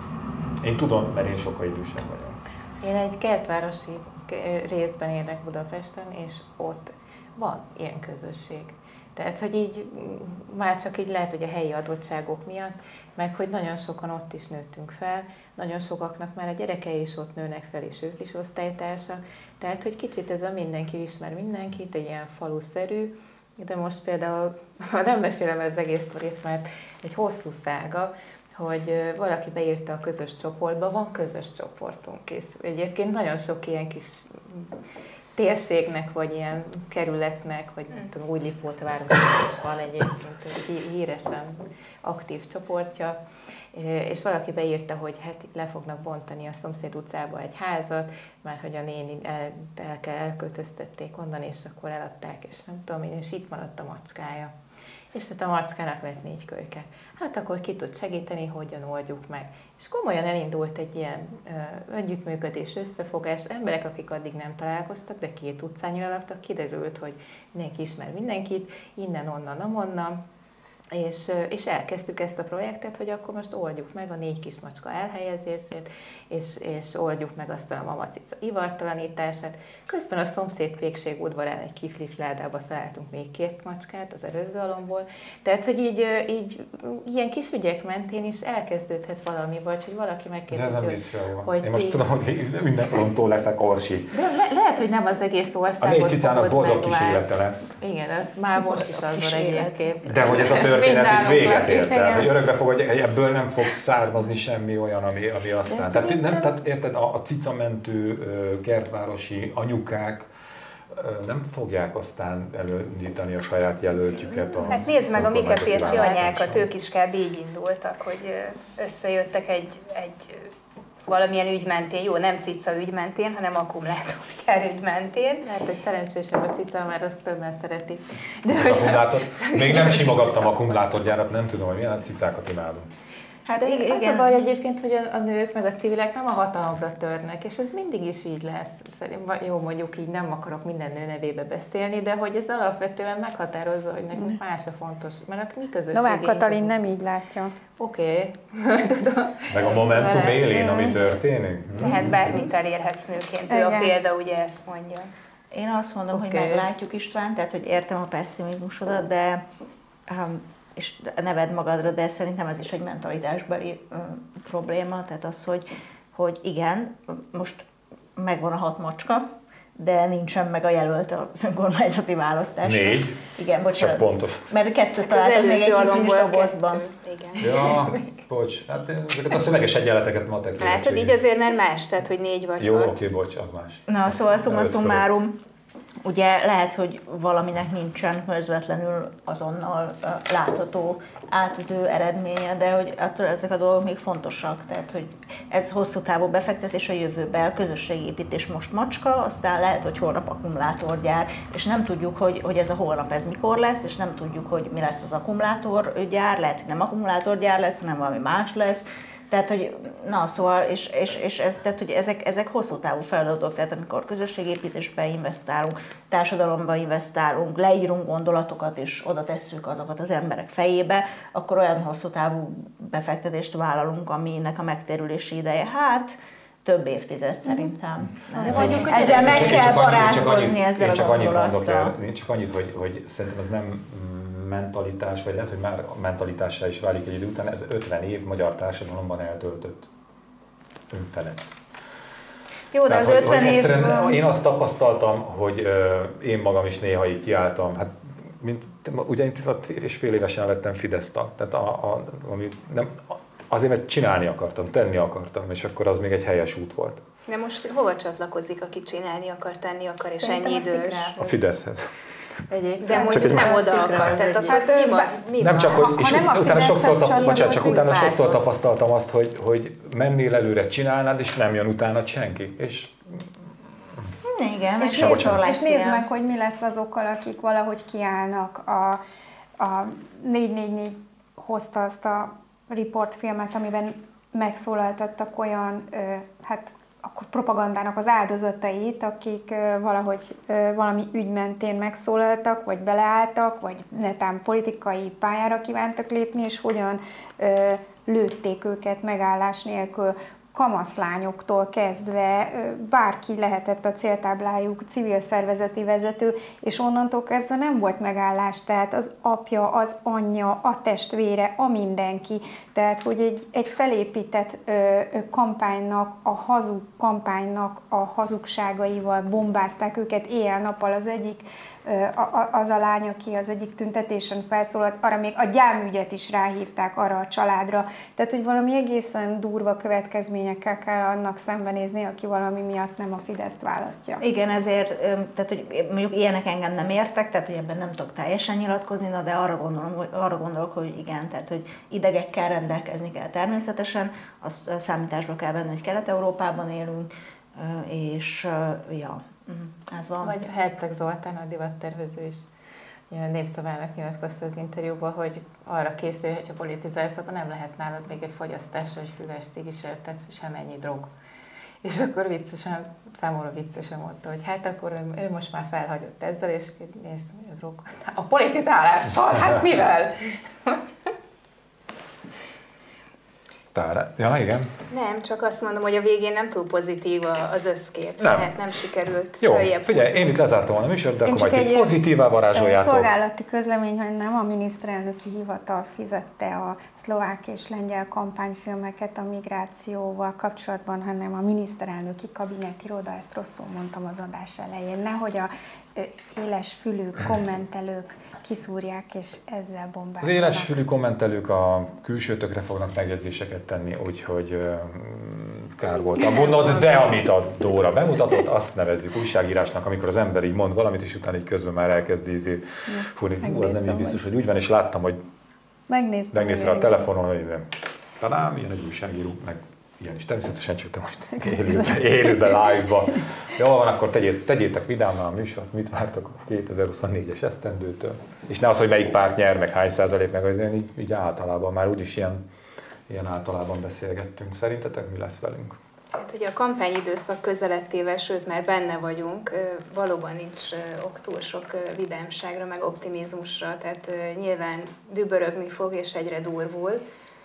Én tudom, mert én sokkal idősebb vagyok. Én egy kertvárosi részben élek Budapesten, és ott van ilyen közösség. Tehát, hogy így már csak így lehet, hogy a helyi adottságok miatt, meg hogy nagyon sokan ott is nőttünk fel, nagyon sokaknak már a gyerekei is ott nőnek fel, és ők is osztálytársak. Tehát, hogy kicsit ez a mindenki ismer mindenkit, egy ilyen faluszerű, de most például, ha nem mesélem az egész sztorit, mert egy hosszú szága, hogy valaki beírta a közös csoportba, van közös csoportunk, és egyébként nagyon sok ilyen kis térségnek, vagy ilyen kerületnek, vagy nem tudom, Újlipótvárosnak is van egyébként híresen aktív csoportja, és valaki beírta, hogy hát le fognak bontani a szomszéd utcába egy házat, mert hogy a néni elköltöztették onnan, és akkor eladták, és nem tudom én, és itt maradt a macskája. És hát a macskának lett 4 kölyke. Hát akkor ki tud segíteni, hogyan oldjuk meg. És komolyan elindult egy ilyen együttműködés, összefogás. Emberek, akik addig nem találkoztak, de 2 utcányra laktak, kiderült, hogy mindenki ismer mindenkit, innen, onnan, amonnan. És elkezdtük ezt a projektet, hogy akkor most oldjuk meg a 4 kis macska elhelyezését, és oldjuk meg aztán a mamacica ivartalanítását. Közben a szomszéd pékség udvarán egy kiflifládába találtunk még 2 macskát az előző alomból. Tehát, hogy így ilyen kis ügyek mentén is elkezdődhet valami, vagy hogy valaki megkérdezi, hogy én most tudom, hogy ünneporontól leszek orsi. De lehet, hogy nem az egész országot. A 4 cicának boldog kis élete lesz. Igen, az már most is az van egyébként. De hogy ez a történet itt véget ért, tehát hogy örökbe fog, hogy ebből nem fog származni semmi olyan, ami aztán. Tehát érted, a cicamentő kertvárosi anyukák nem fogják aztán elindítani a saját jelöltjüket. Hát nézd meg a Mike Pércsi anyákat, ők is kb. Így indultak, hogy összejöttek egy valamilyen ügy mentén, jó, nem cica ügy mentén, hanem akkumulátorgyár ügy mentén. Lehet, hogy szerencsésebb a cica, mert azt többen szereti. Még nem simogattam akkumulátorgyárat, nem tudom, hogy milyen cicákat imádom. Hát de igen. Az a baj egyébként, hogy a nők meg a civilek nem a hatalomra törnek, és ez mindig is így lesz. Szerintem jó, mondjuk így nem akarok minden nő nevébe beszélni, de hogy ez alapvetően meghatározza, hogy nekünk más a fontos, mert mi közösségünk. Novák Katalin nem így látja. Oké. Meg a Momentum élén, ami történik. Tehát bármit elérhetsz nőként, ő a példa ugye ezt mondja. Én azt mondom, hogy meglátjuk, István, tehát hogy értem a pessimizmusodat, de és neved magadra, de szerintem ez is egy mentalitásbeli probléma, tehát az, hogy igen, most megvan a 6 macska, de nincsen meg a jelölt az önkormányzati választásra. 4? Igen, bocsánat. Csak pontos. Mert 2 találtak még egy kis dobozban. Ja, bocs, hát ezeket a szöveges egyenleteket matek. Látod, így azért már más, tehát hogy 4 vagy 6. Jó, oké, bocs, az más. Na, szóval summa summarum, ugye lehet, hogy valaminek nincsen közvetlenül azonnal látható, átütő eredménye, de hogy attól ezek a dolgok még fontosak. Tehát, hogy ez hosszú távú befektetés a jövőbe, közösségépítés most macska, aztán lehet, hogy holnap akkumulátorgyár, és nem tudjuk, hogy ez a holnap ez mikor lesz, és nem tudjuk, hogy mi lesz az akkumulátorgyár, lehet, hogy nem akkumulátorgyár lesz, hanem valami más lesz. Tehát, hogy na, szóval, és ez, tehát, hogy ezek hosszú távú feladatok, tehát amikor közösségépítésbe investálunk, társadalomba investálunk, leírunk gondolatokat, és oda tesszük azokat az emberek fejébe, akkor olyan hosszú távú befektetést vállalunk, aminek a megtérülési ideje, hát több évtized szerintem. Ezzel meg kell barátkozni ezzel a gondolattal. Én csak annyit, hogy szerintem ez nem mentalitás, vagy lehet, hogy már mentalitássá is válik egy idő után, ez 50 év magyar társadalomban eltöltött önfelett. Jó, de az 50 év... Én azt tapasztaltam, hogy én magam is néha így kiálltam, hát ugye én 15 évesen lettem Fidesztag, tehát ami nem, azért, mert csinálni akartam, tenni akartam, és akkor az még egy helyes út volt. De most hova csatlakozik, aki csinálni akar, tenni akar, és ennyi idős? A Fideszhez. De mondjuk nem oda akar, tehát akkor mi van? Nem csak, hogy és utána sokszor tapasztaltam azt, hogy mennél előre, csalnád, és nem jön utána senki. És igen, és nézd meg, hogy mi lesz azokkal, akik valahogy kiállnak. A 444 hozta azt a riportfilmet, amiben megszólaltattak olyan, hát akkor propagandának az áldozatait, akik valahogy valami ügy mentén megszólaltak, vagy beleálltak, vagy netán politikai pályára kívántak lépni, és hogyan lőtték őket megállás nélkül. Kamaszlányoktól kezdve bárki lehetett a céltáblájuk, civil szervezeti vezető, és onnantól kezdve nem volt megállás, tehát az apja, az anyja, a testvére, a mindenki. Tehát, hogy egy felépített kampánynak, a hazug kampánynak a hazugságaival bombázták őket éjjel-nappal. Az egyik, az a lány, aki az egyik tüntetésen felszólalt, arra még a gyámügyet is ráhívták arra a családra. Tehát, hogy valami egészen durva következményekkel kell annak szembenézni, aki valami miatt nem a Fideszt választja. Igen, ezért, tehát, hogy mondjuk ilyenek engem nem értek, tehát, hogy ebben nem tudok teljesen nyilatkozni, de arra gondolok, hogy igen, tehát, hogy idegekkel rendelkezni kell természetesen, azt számításba kell venni, hogy Kelet-Európában élünk, és ja, ez van. Vagy Herceg Zoltán, a divattervező is Népszavának nyilatkozta az interjúban, hogy arra készül, hogyha politizálsz, akkor nem lehet nálad még egy fogyasztásra, egy füves cigi se, tehát semennyi drog. És akkor számomra viccesen mondta, hogy hát akkor ő most már felhagyott ezzel, és néztem, hogy a drog. A politizálással, hát mivel? Ja, igen. Nem, csak azt mondom, hogy a végén nem túl pozitív az összkép, tehát nem sikerült. Jó, figyelj, én itt lezártam a műsort, de akkor majd pozitívá varázsoljátok. Szolgálati közlemény, hogy nem a miniszterelnöki hivatal fizette a szlovák és lengyel kampányfilmeket a migrációval kapcsolatban, hanem a miniszterelnöki kabinetiroda, ezt rosszul mondtam az adás elején. Nehogy a éles fülű kommentelők kiszúrják, és ezzel bombázzanak. Az éles fülű kommentelők a külsőtökre fognak megjegyzéseket tenni, úgyhogy kár volt aggódnod, de amit a Dóra bemutatott, azt nevezzük újságírásnak, amikor az ember így mond valamit, és utána így közben már elkezd fúrni. Az nem így biztos, hogy úgy van, és láttam, hogy megnézd rá a telefonon, hogy talán ilyen egy újságíró, meg ilyen is. Természetesen csak most élőben, live-ba. Jól van, akkor tegyétek vidámmal a műsort, mit vártok a 2024-es esztendőtől. És ne az, hogy melyik párt nyer, meg hány százalék, meg az így általában, már úgyis ilyen általában beszélgettünk. Szerintetek mi lesz velünk? Hát ugye a kampányidőszak közelettével, sőt már benne vagyunk, valóban nincs ok túl sok vidámságra, meg optimizmusra, tehát nyilván dübörögni fog és egyre durvul.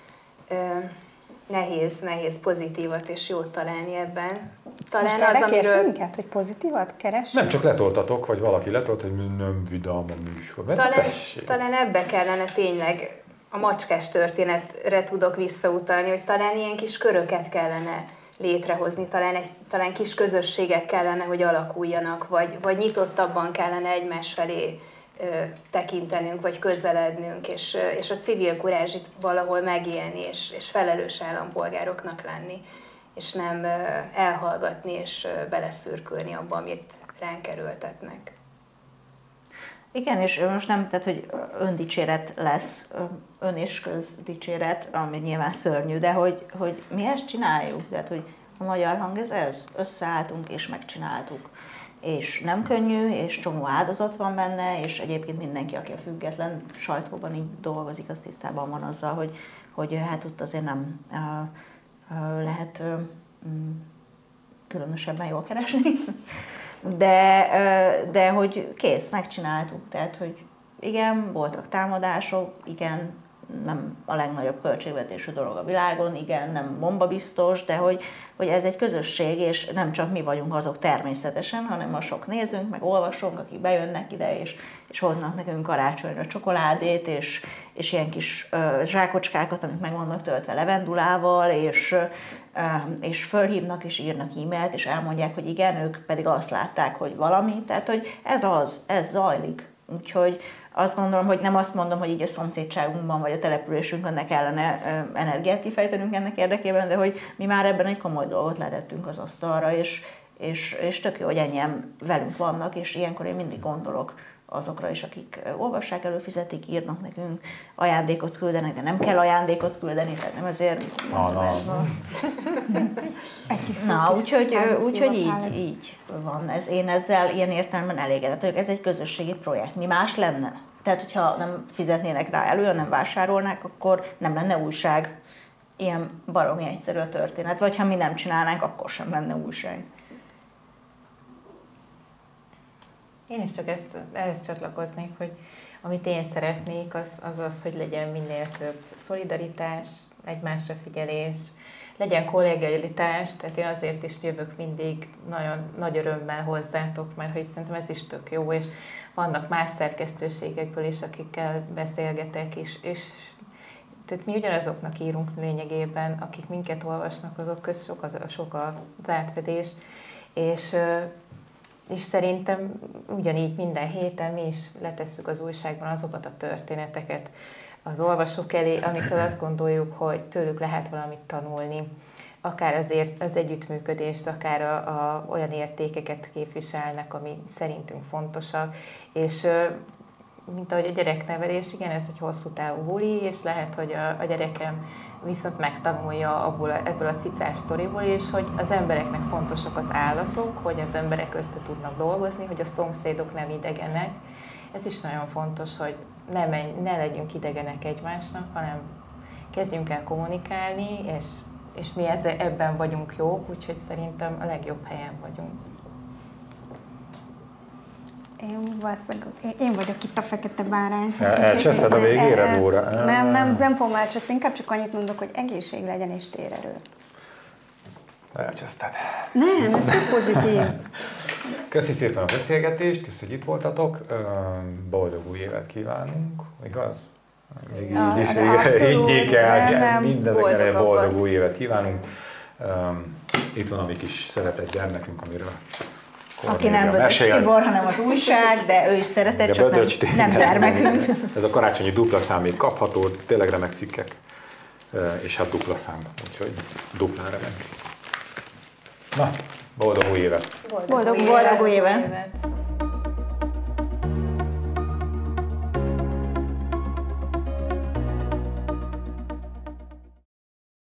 Nehéz pozitívat és jót találni ebben. Talán most az, amiről... minket, hogy pozitívat keres? Nem csak letoltatok, vagy valaki letolt, hogy nem vidám a műsor. Talán ebbe kellene tényleg a macskás történetre tudok visszautalni, hogy talán ilyen kis köröket kellene létrehozni, talán kis közösségek kellene, hogy alakuljanak, vagy nyitottabban kellene egymás felé tekintenünk, vagy közelednünk, és a civil kurázsit valahol megélni, és felelős állampolgároknak lenni, és nem elhallgatni, és beleszürkölni abba, amit ránk erőltetnek. Igen, és most nem, tehát, hogy öndicséret lesz, ön és közdicséret, ami nyilván szörnyű, de hogy mi ezt csináljuk, tehát, hogy a Magyar Hang ez, összeálltunk és megcsináltuk. És nem könnyű, és csomó áldozat van benne, és egyébként mindenki, aki a független sajtóban így dolgozik, az tisztában van azzal, hogy hát ott azért lehet különösebben jól keresni. De hogy kész, megcsináltuk. Tehát, hogy igen, voltak támadások, igen, nem a legnagyobb költségvetésű dolog a világon, igen, nem bombabiztos, de hogy ez egy közösség, és nem csak mi vagyunk azok természetesen, hanem a sok nézőnk, meg olvasónk, akik bejönnek ide, és hoznak nekünk karácsonyra csokoládét, és ilyen kis zsákocskákat, amik meg vannak töltve levendulával, és fölhívnak, és írnak e-mailt, és elmondják, hogy igen, ők pedig azt látták, hogy valami, tehát hogy ez zajlik. Úgyhogy azt gondolom, hogy nem azt mondom, hogy így a szomszédságunkban vagy a településünkön ne kellene energiát kifejtenünk ennek érdekében, de hogy mi már ebben egy komoly dolgot letettünk az asztalra, és tök jó, hogy ennyien velünk vannak, és ilyenkor én mindig gondolok azokra is, akik olvassák, előfizetik, írnak nekünk, ajándékot küldenek, de nem kell ajándékot küldeni, tehát nem azért ez van. Na, úgyhogy így van. Én ezzel ilyen értelemben elégedett vagyok. Ez egy közösségi projekt. Mi más lenne? Tehát, hogyha nem fizetnének rá elő, nem vásárolnák, akkor nem lenne újság. Ilyen baromi egyszerű a történet. Vagy ha mi nem csinálnánk, akkor sem lenne újság. Én is csak ehhez csatlakoznék, hogy amit én szeretnék, az, hogy legyen minél több szolidaritás, egymásra figyelés, legyen kollegialitás, tehát én azért is jövök mindig nagyon nagy örömmel hozzátok, mert hogy szerintem ez is tök jó, és vannak más szerkesztőségekből is, akikkel beszélgetek, és tehát mi ugyanazoknak írunk lényegében, akik minket olvasnak, azok köz sok az átfedés, és szerintem ugyanígy minden héten mi is letesszük az újságban azokat a történeteket az olvasók elé, amikről azt gondoljuk, hogy tőlük lehet valamit tanulni. Akár azért az együttműködést, akár olyan értékeket képviselnek, ami szerintünk fontosak. És mint ahogy a gyereknevelés, igen, ez egy hosszú távú buli, és lehet, hogy a gyerekem viszont megtanulja ebből a cicás sztoriból is, hogy az embereknek fontosak az állatok, hogy az emberek össze tudnak dolgozni, hogy a szomszédok nem idegenek. Ez is nagyon fontos, hogy ne legyünk idegenek egymásnak, hanem kezdjünk el kommunikálni, és mi ebben vagyunk jók, úgyhogy szerintem a legjobb helyen vagyunk. Én vagyok itt a fekete bárány. Elcseszed a végére, Dóra? Nem fogom elcseszni, inkább csak annyit mondok, hogy egészség legyen és térerő. Elcseszted. Nem, ez tök pozitív. Köszi szépen a beszélgetést, köszönjük, hogy itt voltatok. Boldog új évet kívánunk, igaz? Még így is, higgyék el, mindezeknek boldog új évet kívánunk. Itt van a mi kis szeretett gyermekünk, amiről aki nem Bödöcs Tibor, hanem az újság, de ő is szeretett, csak nem gyermekünk. Ez a karácsonyi dupla szám még kapható, tényleg remek cikkek, és hát dupla szám, úgyhogy duplán remek. Na, boldog új évet! Boldog új évet!